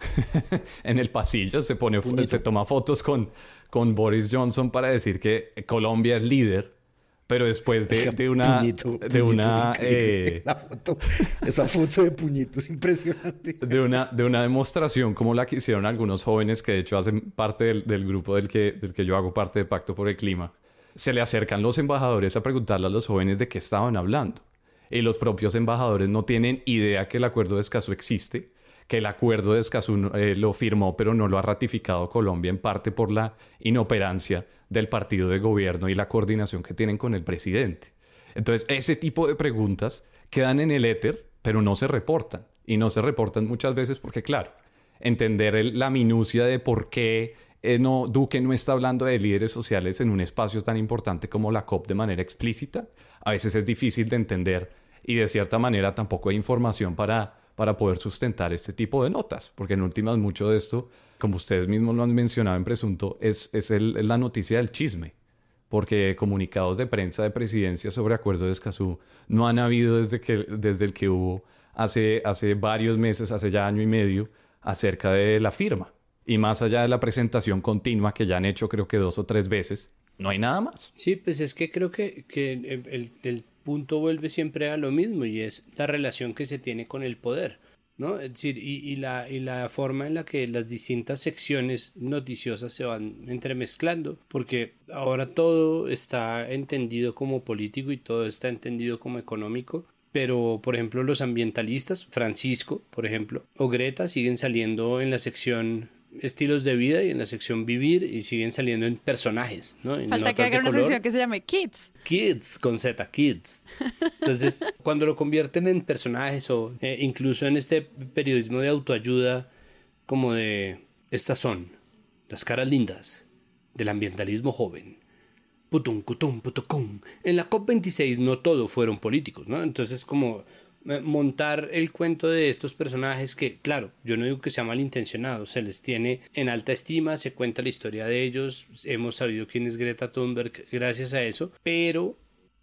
en el pasillo, se, pone, se toma fotos con, con Boris Johnson para decir que Colombia es líder, pero después de, de una... Puñito, de puñito una eh, esa, foto, esa foto de puñito es impresionante. De una, de una demostración como la que hicieron algunos jóvenes que de hecho hacen parte del, del grupo del que, del que yo hago parte de Pacto por el Clima. Se le acercan los embajadores a preguntarle a los jóvenes de qué estaban hablando. Y los propios embajadores no tienen idea que el Acuerdo de Escazú existe, que el Acuerdo de Escazú eh, lo firmó pero no lo ha ratificado Colombia, en parte por la inoperancia del partido de gobierno y la coordinación que tienen con el presidente. Entonces, ese tipo de preguntas quedan en el éter, pero no se reportan. Y no se reportan muchas veces porque, claro, entender el, la minucia de por qué eh, no, Duque no está hablando de líderes sociales en un espacio tan importante como la COP de manera explícita, a veces es difícil de entender y de cierta manera tampoco hay información para, para poder sustentar este tipo de notas, porque en últimas mucho de esto, como ustedes mismos lo han mencionado en Presunto, es, es, el, es la noticia del chisme, porque comunicados de prensa de presidencia sobre Acuerdo de Escazú no han habido desde, que, desde el que hubo hace, hace varios meses, hace ya año y medio, acerca de la firma. Y más allá de la presentación continua que ya han hecho creo que dos o tres veces, no hay nada más. Sí, pues es que creo que, que el, el, el punto vuelve siempre a lo mismo y es la relación que se tiene con el poder, ¿no? Es decir, y, y, la, y la forma en la que las distintas secciones noticiosas se van entremezclando, porque ahora todo está entendido como político y todo está entendido como económico. Pero, por ejemplo, los ambientalistas, Francisco, por ejemplo, o Greta siguen saliendo en la sección estilos de vida y en la sección vivir y siguen saliendo en personajes, ¿no? En Falta que haga una sección que se llame Kids. Kids, con Z, Kids. Entonces, cuando lo convierten en personajes o eh, incluso en este periodismo de autoayuda, como de, estas son las caras lindas del ambientalismo joven. Putum, cutum, putucum. En la COP veintiséis no todo fueron políticos, ¿no? Entonces, como montar el cuento de estos personajes que, claro, yo no digo que sea malintencionado, se les tiene en alta estima, se cuenta la historia de ellos, hemos sabido quién es Greta Thunberg gracias a eso, pero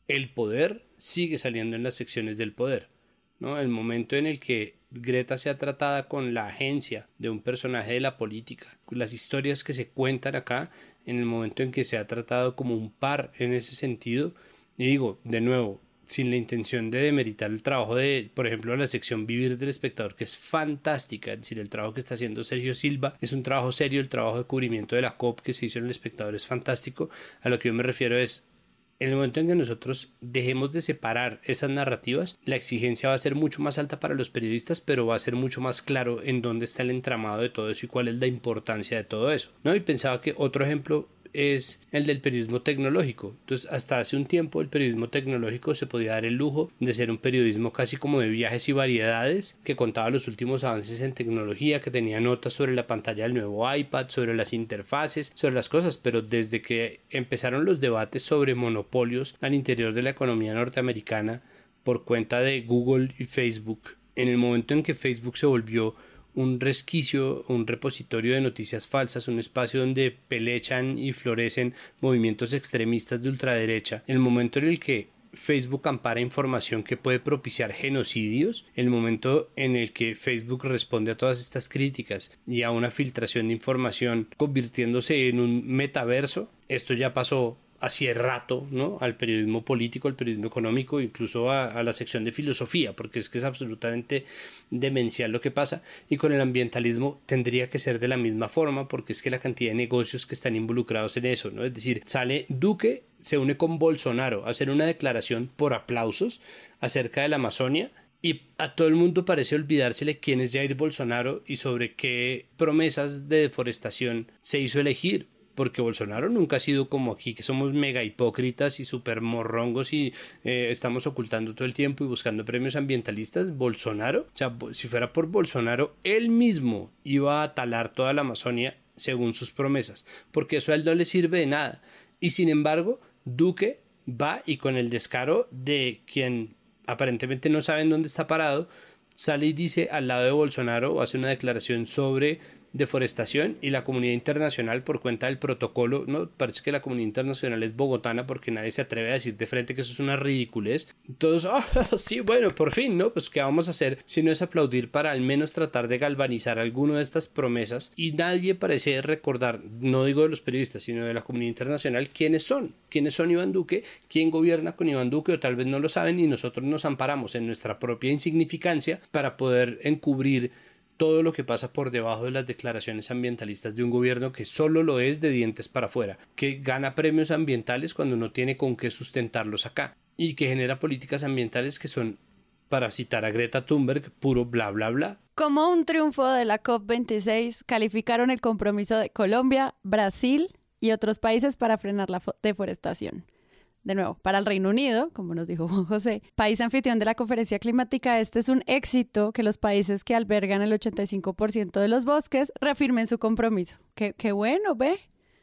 el poder sigue saliendo en las secciones del poder, ¿no? El momento en el que Greta sea tratada con la agencia de un personaje de la política, las historias que se cuentan acá, en el momento en que se ha tratado como un par en ese sentido, y digo, de nuevo, sin la intención de demeritar el trabajo de, por ejemplo, la sección Vivir del Espectador, que es fantástica, es decir, el trabajo que está haciendo Sergio Silva es un trabajo serio, el trabajo de cubrimiento de la COP que se hizo en El Espectador es fantástico. A lo que yo me refiero es, en el momento en que nosotros dejemos de separar esas narrativas, la exigencia va a ser mucho más alta para los periodistas, pero va a ser mucho más claro en dónde está el entramado de todo eso y cuál es la importancia de todo eso, ¿no? Y pensaba que otro ejemplo es el del periodismo tecnológico. Entonces, hasta hace un tiempo el periodismo tecnológico se podía dar el lujo de ser un periodismo casi como de viajes y variedades, que contaba los últimos avances en tecnología, que tenía notas sobre la pantalla del nuevo iPad, sobre las interfaces, sobre las cosas, pero desde que empezaron los debates sobre monopolios al interior de la economía norteamericana por cuenta de Google y Facebook, en el momento en que Facebook se volvió un resquicio, un repositorio de noticias falsas, un espacio donde pelechan y florecen movimientos extremistas de ultraderecha, el momento en el que Facebook ampara información que puede propiciar genocidios, el momento en el que Facebook responde a todas estas críticas y a una filtración de información convirtiéndose en un metaverso, esto ya pasó hace rato, ¿no? Al periodismo político, al periodismo económico, incluso a, a la sección de filosofía, porque es que es absolutamente demencial lo que pasa. Y con el ambientalismo tendría que ser de la misma forma, porque es que la cantidad de negocios que están involucrados en eso, ¿no? Es decir, sale Duque, se une con Bolsonaro a hacer una declaración por aplausos acerca de la Amazonia, y a todo el mundo parece olvidársele quién es Jair Bolsonaro y sobre qué promesas de deforestación se hizo elegir. Porque Bolsonaro nunca ha sido como aquí, que somos mega hipócritas y súper morrongos y eh, estamos ocultando todo el tiempo y buscando premios ambientalistas. Bolsonaro, o sea, si fuera por Bolsonaro, él mismo iba a talar toda la Amazonia según sus promesas, porque eso a él no le sirve de nada. Y sin embargo, Duque va y con el descaro de quien aparentemente no sabe en dónde está parado, sale y dice al lado de Bolsonaro, o hace una declaración sobre deforestación, y la comunidad internacional, por cuenta del protocolo, no parece que la comunidad internacional es bogotana porque nadie se atreve a decir de frente que eso es una ridiculez. Todos, oh, sí, bueno, por fin, ¿no? Pues ¿qué vamos a hacer si no es aplaudir para al menos tratar de galvanizar alguna de estas promesas? Y nadie parece recordar, no digo de los periodistas, sino de la comunidad internacional, quiénes son, quiénes son Iván Duque, quién gobierna con Iván Duque, o tal vez no lo saben y nosotros nos amparamos en nuestra propia insignificancia para poder encubrir todo lo que pasa por debajo de las declaraciones ambientalistas de un gobierno que solo lo es de dientes para afuera, que gana premios ambientales cuando no tiene con qué sustentarlos acá, y que genera políticas ambientales que son, para citar a Greta Thunberg, puro bla bla bla. Como un triunfo de la COP veintiséis, calificaron el compromiso de Colombia, Brasil y otros países para frenar la deforestación. De nuevo, para el Reino Unido, como nos dijo Juan José, país anfitrión de la conferencia climática, este es un éxito que los países que albergan el ochenta y cinco por ciento de los bosques reafirmen su compromiso. Qué, qué bueno, ve.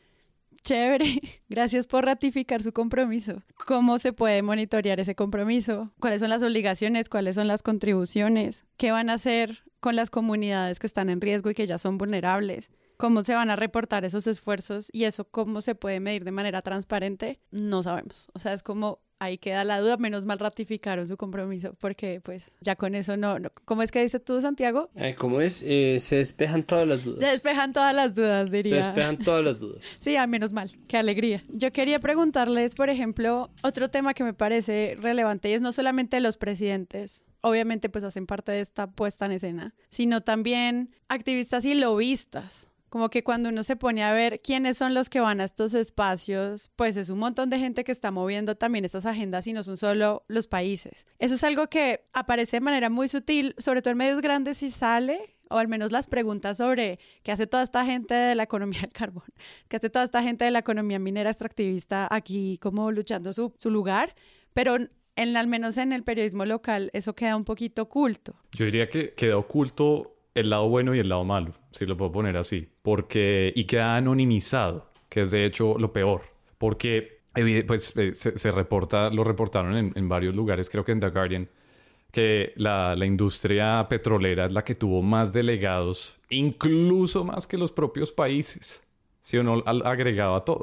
Chévere. Gracias por ratificar su compromiso. ¿Cómo se puede monitorear ese compromiso? ¿Cuáles son las obligaciones? ¿Cuáles son las contribuciones? ¿Qué van a hacer con las comunidades que están en riesgo y que ya son vulnerables? ¿Cómo se van a reportar esos esfuerzos? Y eso, ¿cómo se puede medir de manera transparente? No sabemos. O sea, es como, ahí queda la duda. Menos mal ratificaron su compromiso, porque pues ya con eso no... no. ¿Cómo es que dices tú, Santiago? Eh, ¿Cómo es? Eh, se despejan todas las dudas. Se despejan todas las dudas, diría. Se despejan todas las dudas. Sí, ah, menos mal. Qué alegría. Yo quería preguntarles, por ejemplo, otro tema que me parece relevante, y es no solamente los presidentes, obviamente pues hacen parte de esta puesta en escena, sino también activistas y lobistas. Como que cuando uno se pone a ver quiénes son los que van a estos espacios, pues es un montón de gente que está moviendo también estas agendas y no son solo los países. Eso es algo que aparece de manera muy sutil, sobre todo en medios grandes y sale, o al menos las preguntas sobre qué hace toda esta gente de la economía del carbón, qué hace toda esta gente de la economía minera extractivista aquí como luchando su, su lugar, pero en, al menos en el periodismo local eso queda un poquito oculto. Yo diría que queda oculto el lado bueno y el lado malo, si lo puedo poner así, porque y queda anonimizado, que es de hecho lo peor, porque pues eh, se, se reporta, lo reportaron en, en varios lugares, creo que en The Guardian, que la, la industria petrolera es la que tuvo más delegados, incluso más que los propios países, si uno agregaba todo.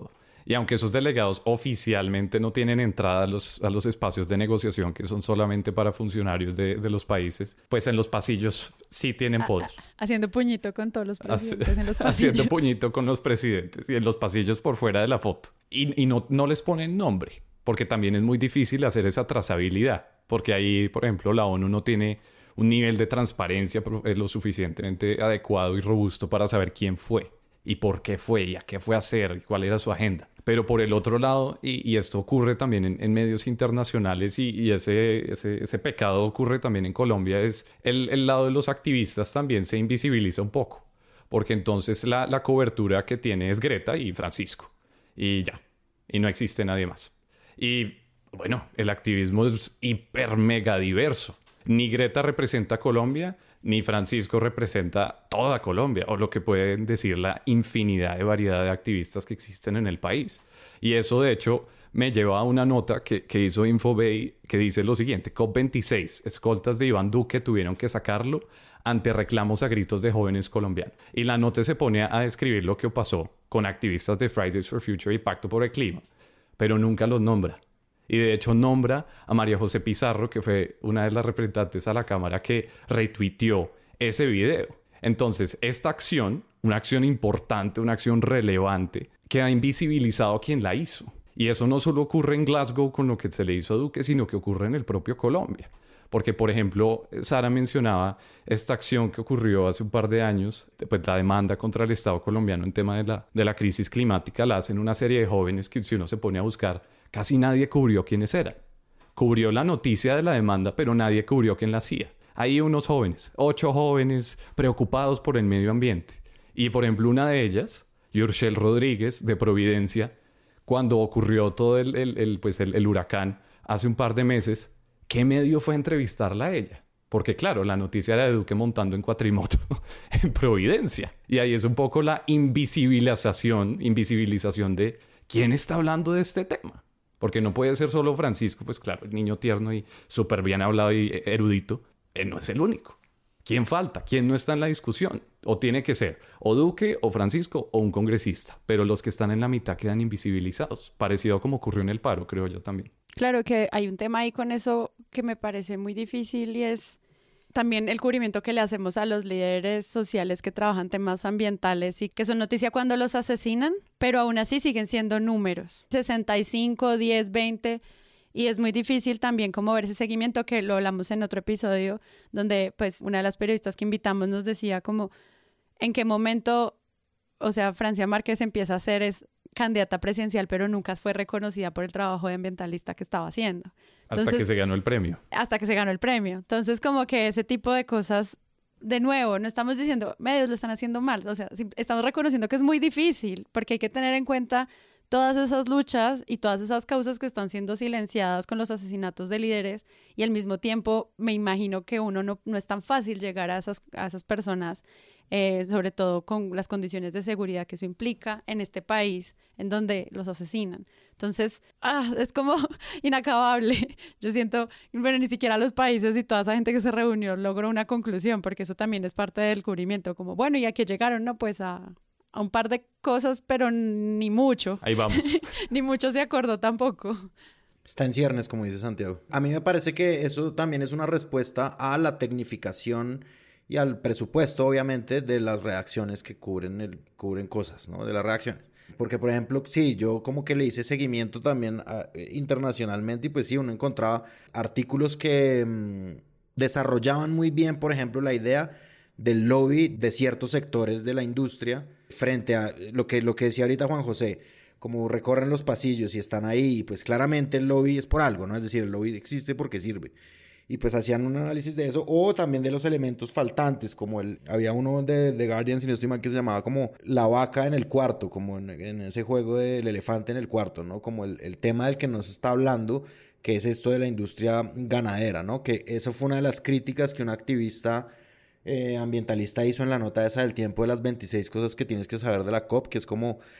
Y aunque esos delegados oficialmente no tienen entrada a los, a los espacios de negociación, que son solamente para funcionarios de, de los países, pues en los pasillos sí tienen poder. Haciendo puñito con todos los presidentes Hace, en los pasillos. Haciendo puñito con los presidentes y en los pasillos por fuera de la foto. Y, y no, no les ponen nombre, porque también es muy difícil hacer esa trazabilidad. Porque ahí, por ejemplo, la ONU no tiene un nivel de transparencia lo suficientemente adecuado y robusto para saber quién fue y por qué fue y a qué fue a hacer y cuál era su agenda. Pero por el otro lado, y, y esto ocurre también en, en medios internacionales y, y ese, ese, ese pecado ocurre también en Colombia, es el, el lado de los activistas también se invisibiliza un poco. Porque entonces la, la cobertura que tiene es Greta y Francisco. Y ya. Y no existe nadie más. Y bueno, el activismo es hiper mega diverso. Ni Greta representa a Colombia, ni Francisco representa toda Colombia, o lo que pueden decir la infinidad de variedad de activistas que existen en el país. Y eso, de hecho, me lleva a una nota que, que hizo Infobay que dice lo siguiente: COP veintiséis, escoltas de Iván Duque tuvieron que sacarlo ante reclamos a gritos de jóvenes colombianos. Y la nota se pone a describir lo que pasó con activistas de Fridays for Future y Pacto por el Clima, pero nunca los nombra. Y de hecho nombra a María José Pizarro, que fue una de las representantes a la Cámara que retuiteó ese video. Entonces, esta acción, una acción importante, una acción relevante, que ha invisibilizado a quien la hizo. Y eso no solo ocurre en Glasgow con lo que se le hizo a Duque, sino que ocurre en el propio Colombia. Porque, por ejemplo, Sara mencionaba esta acción que ocurrió hace un par de años, pues la demanda contra el Estado colombiano en tema de la, de la crisis climática la hacen una serie de jóvenes que, si uno se pone a buscar, casi nadie cubrió quiénes eran. Cubrió la noticia de la demanda, pero nadie cubrió quién la hacía. Hay unos jóvenes, ocho jóvenes preocupados por el medio ambiente. Y, por ejemplo, una de ellas, Yurshel Rodríguez, de Providencia, cuando ocurrió todo el, el, el, pues el, el huracán hace un par de meses, ¿qué medio fue a entrevistarla a ella? Porque, claro, la noticia era de Duque montando en cuatrimoto en Providencia. Y ahí es un poco la invisibilización, invisibilización de quién está hablando de este tema. Porque no puede ser solo Francisco, pues claro, el niño tierno y súper bien hablado y erudito. Él no es el único. ¿Quién falta? ¿Quién no está en la discusión? O tiene que ser o Duque, o Francisco, o un congresista. Pero los que están en la mitad quedan invisibilizados. Parecido a como ocurrió en el paro, creo yo también. Claro que hay un tema ahí con eso que me parece muy difícil y es también el cubrimiento que le hacemos a los líderes sociales que trabajan temas ambientales y que son noticia cuando los asesinan, pero aún así siguen siendo números. sesenta y cinco, diez, veinte... Y es muy difícil también como ver ese seguimiento, que lo hablamos en otro episodio, donde pues una de las periodistas que invitamos nos decía como en qué momento, o sea, Francia Márquez empieza a ser es candidata presidencial, pero nunca fue reconocida por el trabajo de ambientalista que estaba haciendo. Entonces, hasta que se ganó el premio. Hasta que se ganó el premio. Entonces, como que ese tipo de cosas, de nuevo, no estamos diciendo medios lo están haciendo mal, o sea, estamos reconociendo que es muy difícil, porque hay que tener en cuenta todas esas luchas y todas esas causas que están siendo silenciadas con los asesinatos de líderes, y al mismo tiempo me imagino que uno no, no es tan fácil llegar a esas, a esas personas, eh, sobre todo con las condiciones de seguridad que eso implica en este país en donde los asesinan. Entonces, ah, es como inacabable. Yo siento, bueno, ni siquiera los países y toda esa gente que se reunió logró una conclusión, porque eso también es parte del cubrimiento, como, bueno, ¿y a qué llegaron? No, pues a... a un par de cosas, pero ni mucho. Ahí vamos. Ni mucho se acordó tampoco. Está en ciernes, como dice Santiago. A mí me parece que eso también es una respuesta a la tecnificación y al presupuesto, obviamente, de las redacciones que cubren, el, cubren cosas, ¿no? De las redacciones. Porque, por ejemplo, sí, yo como que le hice seguimiento también a, internacionalmente, y pues sí, uno encontraba artículos que mmm, desarrollaban muy bien, por ejemplo, la idea del lobby de ciertos sectores de la industria frente a lo que, lo que decía ahorita Juan José, como recorren los pasillos y están ahí, pues claramente el lobby es por algo, ¿no? Es decir, el lobby existe porque sirve. Y pues hacían un análisis de eso, o también de los elementos faltantes, como el, había uno de The Guardian, si no estoy mal, que se llamaba como la vaca en el cuarto, como en, en ese juego del elefante en el cuarto, ¿no? Como el, el tema del que nos está hablando, que es esto de la industria ganadera, ¿no? Que eso fue una de las críticas que un activista Eh, ambientalista hizo en la nota esa del tiempo de las veintiséis cosas que tienes que saber de la COP, que es como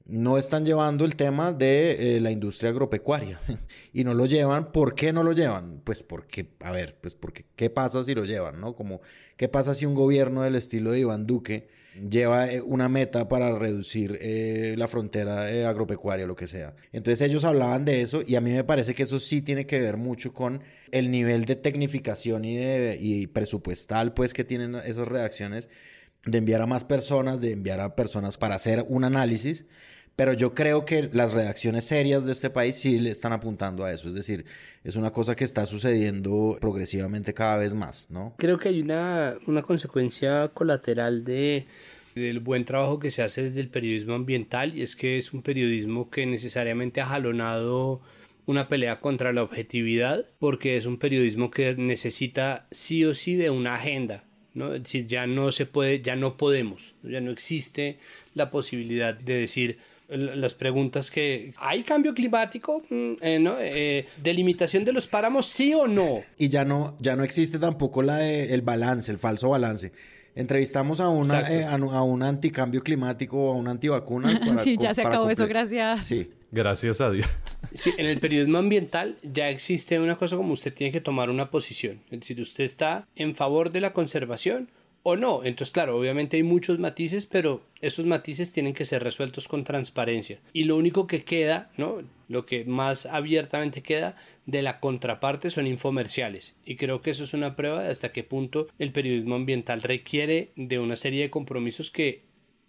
no están llevando el tema de eh, la industria agropecuaria y no lo llevan. ¿Por qué no lo llevan? Pues porque, a ver, pues porque ¿qué pasa si lo llevan, no? Como, ¿qué pasa si un gobierno del estilo de Iván Duque lleva eh, una meta para reducir eh, la frontera eh, agropecuaria, lo que sea? Entonces ellos hablaban de eso y a mí me parece que eso sí tiene que ver mucho con el nivel de tecnificación y, de, y presupuestal pues que tienen esas redacciones, de enviar a más personas, de enviar a personas para hacer un análisis. Pero yo creo que las redacciones serias de este país sí le están apuntando a eso. Es decir, es una cosa que está sucediendo progresivamente cada vez más, ¿no? Creo que hay una, una consecuencia colateral de, del buen trabajo que se hace desde el periodismo ambiental, y es que es un periodismo que necesariamente ha jalonado una pelea contra la objetividad, porque es un periodismo que necesita sí o sí de una agenda, ¿no? Es decir, ya no se puede, ya no podemos, ya no existe la posibilidad de decir las preguntas que ¿hay cambio climático? Eh, ¿no? eh, ¿Delimitación de los páramos, sí o no? Y ya no, ya no existe tampoco la de, el balance, el falso balance. Entrevistamos a una eh, a, a un anticambio climático o a un antivacunas. Para, sí, ya se acabó cumplir. Eso, gracias. Sí. Gracias a Dios. Sí, en el periodismo ambiental ya existe una cosa como usted tiene que tomar una posición. Es decir, usted está en favor de la conservación o no. Entonces, claro, obviamente hay muchos matices, pero esos matices tienen que ser resueltos con transparencia. Y lo único que queda, ¿no? Lo que más abiertamente queda de la contraparte son infomerciales. Y creo que eso es una prueba de hasta qué punto el periodismo ambiental requiere de una serie de compromisos que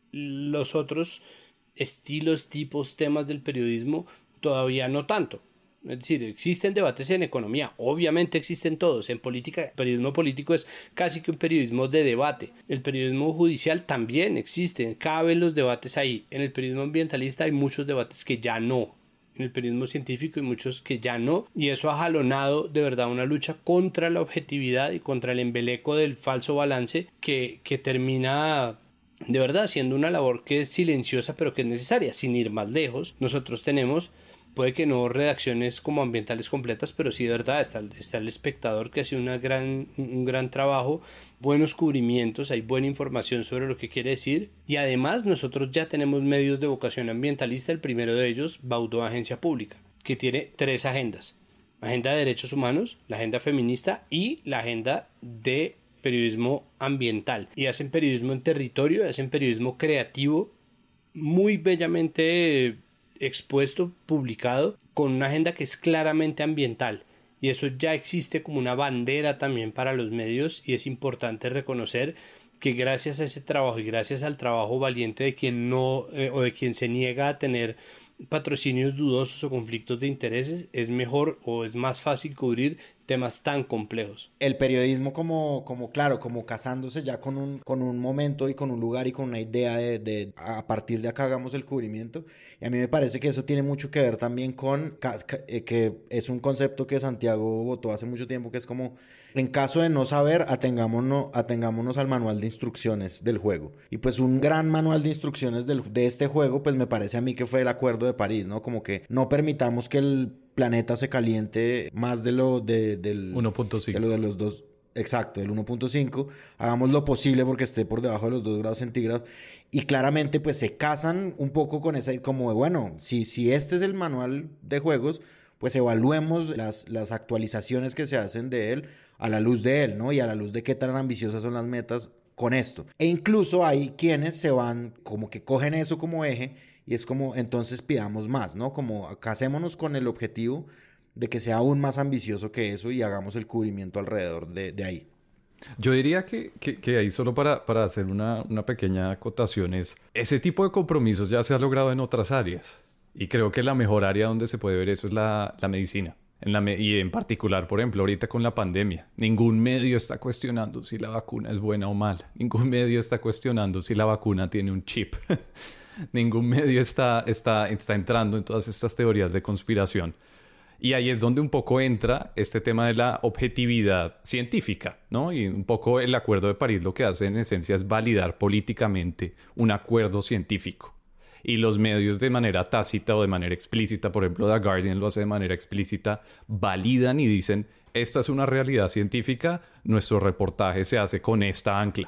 los otros estilos, tipos, temas del periodismo todavía no tanto. Es decir, existen debates en economía, obviamente existen todos. En política, el periodismo político es casi que un periodismo de debate. El periodismo judicial también existe, caben los debates ahí. En el periodismo ambientalista hay muchos debates que ya no. En el periodismo científico hay muchos que ya no. Y eso ha jalonado de verdad una lucha contra la objetividad y contra el embeleco del falso balance que, que termina de verdad siendo una labor que es silenciosa pero que es necesaria. Sin ir más lejos, nosotros tenemos, puede que no redacciones como ambientales completas, pero sí de verdad está, está el espectador que hace una gran, un gran trabajo, buenos cubrimientos, hay buena información sobre lo que quiere decir, y además nosotros ya tenemos medios de vocación ambientalista. El primero de ellos, Baudó Agencia Pública, que tiene tres agendas: la agenda de derechos humanos, la agenda feminista y la agenda de periodismo ambiental. Y hacen periodismo en territorio, hacen periodismo creativo, muy bellamente expuesto, publicado, con una agenda que es claramente ambiental. Y eso ya existe como una bandera también para los medios, y es importante reconocer que gracias a ese trabajo y gracias al trabajo valiente de quien no eh, o de quien se niega a tener patrocinios dudosos o conflictos de intereses, es mejor o es más fácil cubrir temas tan complejos. El periodismo como, como claro, como casándose ya con un, con un momento y con un lugar y con una idea de, de a partir de acá hagamos el cubrimiento. Y a mí me parece que eso tiene mucho que ver también con que es un concepto que Santiago votó hace mucho tiempo, que es como, en caso de no saber, atengámonos, atengámonos al manual de instrucciones del juego. Y pues un gran manual de instrucciones del, de este juego, pues me parece a mí que fue el Acuerdo de París, ¿no? Como que no permitamos que el planeta se caliente más de lo de, del uno punto cinco. De lo de los dos, exacto, del uno punto cinco. Hagamos lo posible porque esté por debajo de los dos grados centígrados. Y claramente pues se casan un poco con esa, como de, bueno, si, si este es el manual de juegos, pues evaluemos las, las actualizaciones que se hacen de él a la luz de él, ¿no? Y a la luz de qué tan ambiciosas son las metas con esto. E incluso hay quienes se van, como que cogen eso como eje, y es como, entonces pidamos más, ¿no? Como casémonos con el objetivo de que sea aún más ambicioso que eso y hagamos el cubrimiento alrededor de, de ahí. Yo diría que, que, que ahí solo para, para hacer una, una pequeña acotación es, ese tipo de compromisos ya se ha logrado en otras áreas. Y creo que la mejor área donde se puede ver eso es la, la medicina. En la me- y en particular, por ejemplo, ahorita con la pandemia. Ningún medio está cuestionando si la vacuna es buena o mala. Ningún medio está cuestionando si la vacuna tiene un chip. Ningún medio está, está, está entrando en todas estas teorías de conspiración. Y ahí es donde un poco entra este tema de la objetividad científica, ¿no? Y un poco el Acuerdo de París lo que hace en esencia es validar políticamente un acuerdo científico. Y los medios de manera tácita o de manera explícita, por ejemplo The Guardian lo hace de manera explícita, validan y dicen, esta es una realidad científica, nuestro reportaje se hace con esta ancla.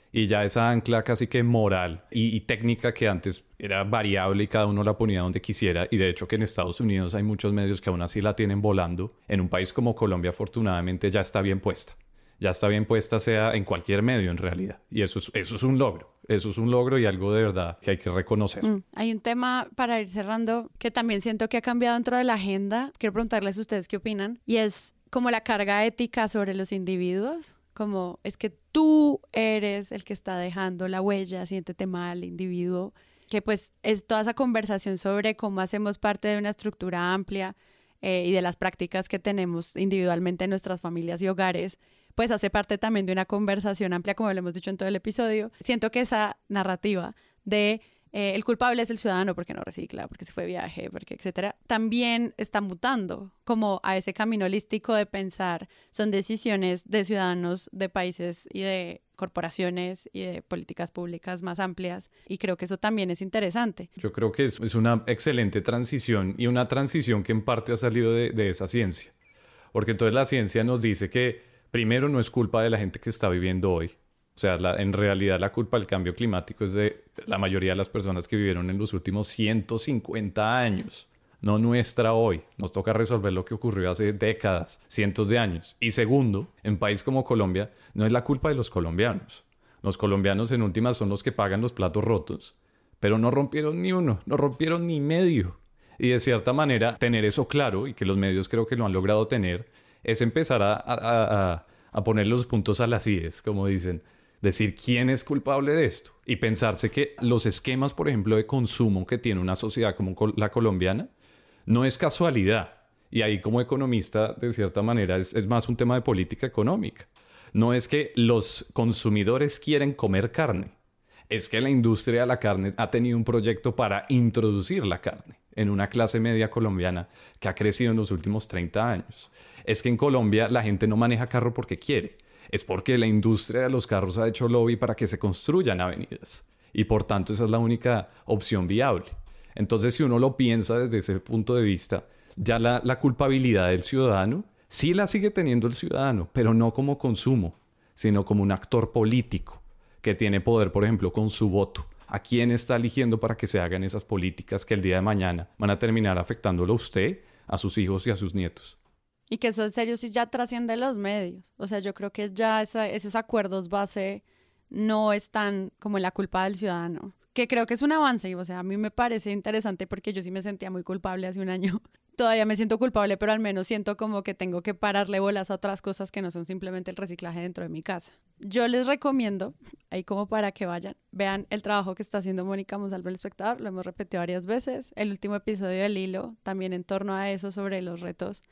Y ya esa ancla casi que moral y, y técnica que antes era variable y cada uno la ponía donde quisiera, y de hecho que en Estados Unidos hay muchos medios que aún así la tienen volando, en un país como Colombia afortunadamente ya está bien puesta. Ya está bien puesta, sea en cualquier medio en realidad. Y eso es, eso es un logro. Eso es un logro y algo de verdad que hay que reconocer. Mm, hay un tema para ir cerrando que también siento que ha cambiado dentro de la agenda. Quiero preguntarles a ustedes qué opinan. Y es como la carga ética sobre los individuos. Como es que tú eres el que está dejando la huella, siéntete mal, individuo. Que pues es toda esa conversación sobre cómo hacemos parte de una estructura amplia eh, y de las prácticas que tenemos individualmente en nuestras familias y hogares, pues hace parte también de una conversación amplia, como lo hemos dicho en todo el episodio. Siento que esa narrativa de eh, el culpable es el ciudadano porque no recicla, porque se fue de viaje, porque etcétera, también está mutando como a ese camino holístico de pensar son decisiones de ciudadanos de países y de corporaciones y de políticas públicas más amplias, y creo que eso también es interesante. Yo creo que es, es una excelente transición y una transición que en parte ha salido de, de esa ciencia, porque entonces la ciencia nos dice que primero, no es culpa de la gente que está viviendo hoy. O sea, la, en realidad la culpa del cambio climático es de la mayoría de las personas que vivieron en los últimos ciento cincuenta años, no nuestra hoy. Nos toca resolver lo que ocurrió hace décadas, cientos de años. Y segundo, en un país como Colombia, no es la culpa de los colombianos. Los colombianos en últimas son los que pagan los platos rotos, pero no rompieron ni uno, no rompieron ni medio. Y de cierta manera, tener eso claro, y que los medios creo que lo han logrado tener, es empezar a, a, a, a poner los puntos a las íes, como dicen. Decir quién es culpable de esto. Y pensarse que los esquemas, por ejemplo, de consumo que tiene una sociedad como la colombiana, no es casualidad. Y ahí como economista, de cierta manera, es, es más un tema de política económica. No es que los consumidores quieren comer carne. Es que la industria de la carne ha tenido un proyecto para introducir la carne en una clase media colombiana que ha crecido en los últimos treinta años. Es que en Colombia la gente no maneja carro porque quiere. Es porque la industria de los carros ha hecho lobby para que se construyan avenidas. Y por tanto esa es la única opción viable. Entonces, si uno lo piensa desde ese punto de vista, ya la, la culpabilidad del ciudadano sí la sigue teniendo el ciudadano, pero no como consumo, sino como un actor político que tiene poder, por ejemplo, con su voto. ¿A quién está eligiendo para que se hagan esas políticas que el día de mañana van a terminar afectándolo a usted, a sus hijos y a sus nietos? Y que eso en serio sí ya trasciende los medios. O sea, yo creo que ya esa, esos acuerdos base no están como en la culpa del ciudadano. Que creo que es un avance. Y, o sea, a mí me parece interesante porque yo sí me sentía muy culpable hace un año. Todavía me siento culpable, pero al menos siento como que tengo que pararle bolas a otras cosas que no son simplemente el reciclaje dentro de mi casa. Yo les recomiendo, ahí como para que vayan, vean el trabajo que está haciendo Mónica Monsalve El Espectador. Lo hemos repetido varias veces. El último episodio del Hilo, también en torno a eso, sobre los retos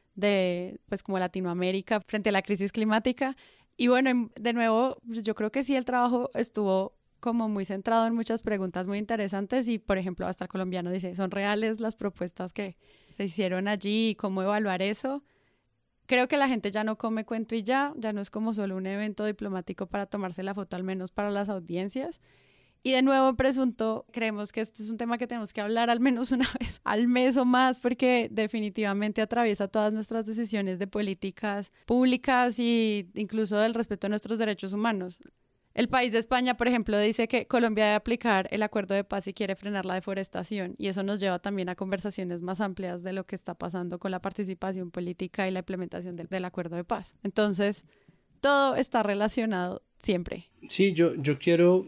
de, pues, como Latinoamérica frente a la crisis climática. Y bueno, de nuevo, pues yo creo que sí, el trabajo estuvo como muy centrado en muchas preguntas muy interesantes y, por ejemplo, hasta el colombiano dice, ¿son reales las propuestas que se hicieron allí y cómo evaluar eso? Creo que la gente ya no come cuento y ya, ya no es como solo un evento diplomático para tomarse la foto, al menos para las audiencias. Y de nuevo, Presunto, creemos que este es un tema que tenemos que hablar al menos una vez al mes o más, porque definitivamente atraviesa todas nuestras decisiones de políticas públicas e incluso del respeto a nuestros derechos humanos. El país de España, por ejemplo, dice que Colombia debe aplicar el acuerdo de paz y quiere frenar la deforestación, y eso nos lleva también a conversaciones más amplias de lo que está pasando con la participación política y la implementación del, del acuerdo de paz. Entonces, todo está relacionado siempre. Sí, yo, yo quiero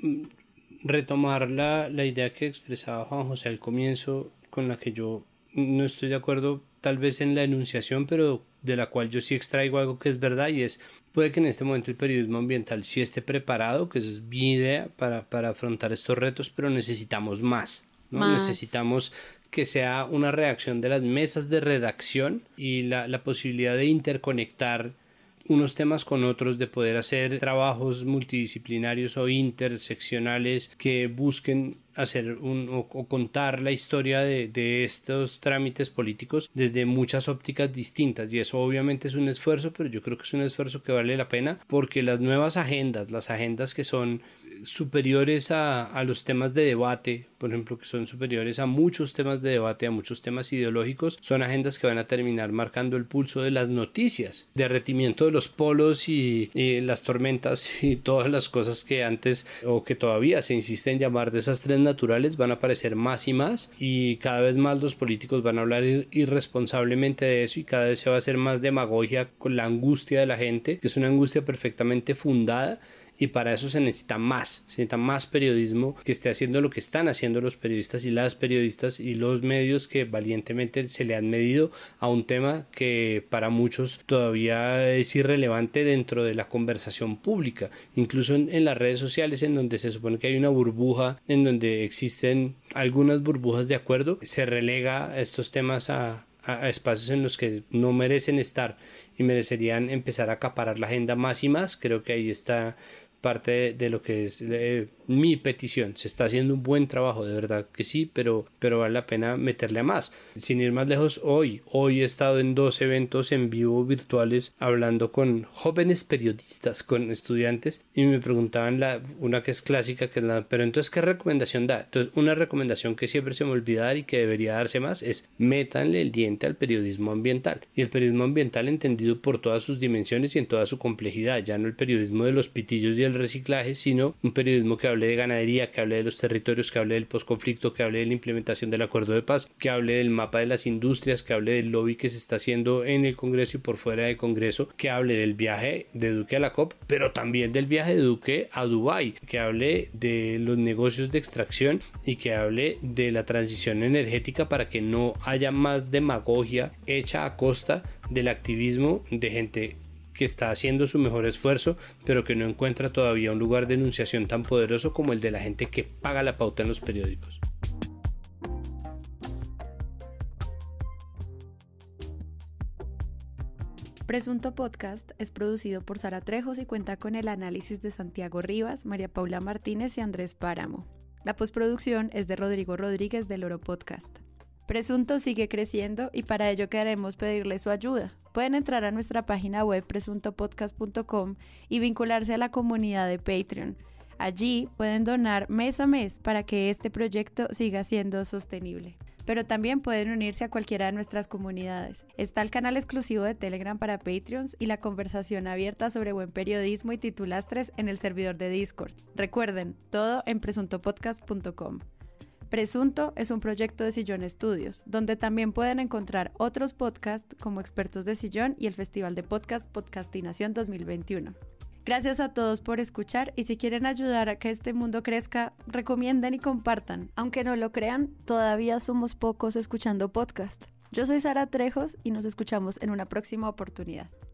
retomar la, la idea que expresaba Juan José al comienzo, con la que yo no estoy de acuerdo tal vez en la enunciación, pero de la cual yo sí extraigo algo que es verdad, y es, puede que en este momento el periodismo ambiental sí esté preparado, que esa es mi idea para, para afrontar estos retos, pero necesitamos más, ¿no? Más. Necesitamos que sea una reacción de las mesas de redacción y la, la posibilidad de interconectar unos temas con otros, de poder hacer trabajos multidisciplinarios o interseccionales que busquen hacer un, o, o contar la historia de, de estos trámites políticos desde muchas ópticas distintas, y eso obviamente es un esfuerzo, pero yo creo que es un esfuerzo que vale la pena, porque las nuevas agendas, las agendas que son superiores a, a los temas de debate, por ejemplo, que son superiores a muchos temas de debate, a muchos temas ideológicos, son agendas que van a terminar marcando el pulso de las noticias, derretimiento de los polos y, y las tormentas y todas las cosas que antes o que todavía se insiste en llamar desastres naturales van a aparecer más y más, y cada vez más los políticos van a hablar irresponsablemente de eso, y cada vez se va a hacer más demagogia con la angustia de la gente, que es una angustia perfectamente fundada. Y para eso se necesita más, se necesita más periodismo que esté haciendo lo que están haciendo los periodistas y las periodistas y los medios que valientemente se le han medido a un tema que para muchos todavía es irrelevante dentro de la conversación pública, incluso en, en las redes sociales, en donde se supone que hay una burbuja, en donde existen algunas burbujas de acuerdo, se relega a estos temas a a espacios en los que no merecen estar y merecerían empezar a acaparar la agenda más y más. Creo que ahí está parte de, de lo que es eh, mi petición. Se está haciendo un buen trabajo, de verdad que sí, pero, pero vale la pena meterle a más. Sin ir más lejos, hoy, hoy he estado en dos eventos en vivo virtuales hablando con jóvenes periodistas, con estudiantes, y me preguntaban la, una que es clásica, que es la, pero entonces ¿qué recomendación da? Entonces, una recomendación que siempre se me olvida dar y que debería darse más es: métanle el diente al periodismo ambiental, y el periodismo ambiental entendido por todas sus dimensiones y en toda su complejidad, ya no el periodismo de los pitillos y el reciclaje, sino un periodismo que hable de ganadería, que hable de los territorios, que hable del posconflicto, que hable de la implementación del acuerdo de paz, que hable del mapa de las industrias, que hable del lobby que se está haciendo en el Congreso y por fuera del Congreso, que hable del viaje de Duque a la COP, pero también del viaje de Duque a Dubái, que hable de los negocios de extracción y que hable de la transición energética, para que no haya más demagogia hecha a costa del activismo de gente que está haciendo su mejor esfuerzo, pero que no encuentra todavía un lugar de enunciación tan poderoso como el de la gente que paga la pauta en los periódicos. Presunto Podcast es producido por Sara Trejos y cuenta con el análisis de Santiago Rivas, María Paula Martínez y Andrés Páramo. La postproducción es de Rodrigo Rodríguez del Oro Podcast. Presunto sigue creciendo y para ello queremos pedirle su ayuda. Pueden entrar a nuestra página web presunto podcast punto com y vincularse a la comunidad de Patreon. Allí pueden donar mes a mes para que este proyecto siga siendo sostenible. Pero también pueden unirse a cualquiera de nuestras comunidades. Está el canal exclusivo de Telegram para Patreons y la conversación abierta sobre buen periodismo y titulastres en el servidor de Discord. Recuerden, todo en presunto podcast punto com. Presunto es un proyecto de Sillón Estudios, donde también pueden encontrar otros podcasts como Expertos de Sillón y el Festival de Podcast Podcastinación dos mil veintiuno. Gracias a todos por escuchar, y si quieren ayudar a que este mundo crezca, recomienden y compartan. Aunque no lo crean, todavía somos pocos escuchando podcast. Yo soy Sara Trejos y nos escuchamos en una próxima oportunidad.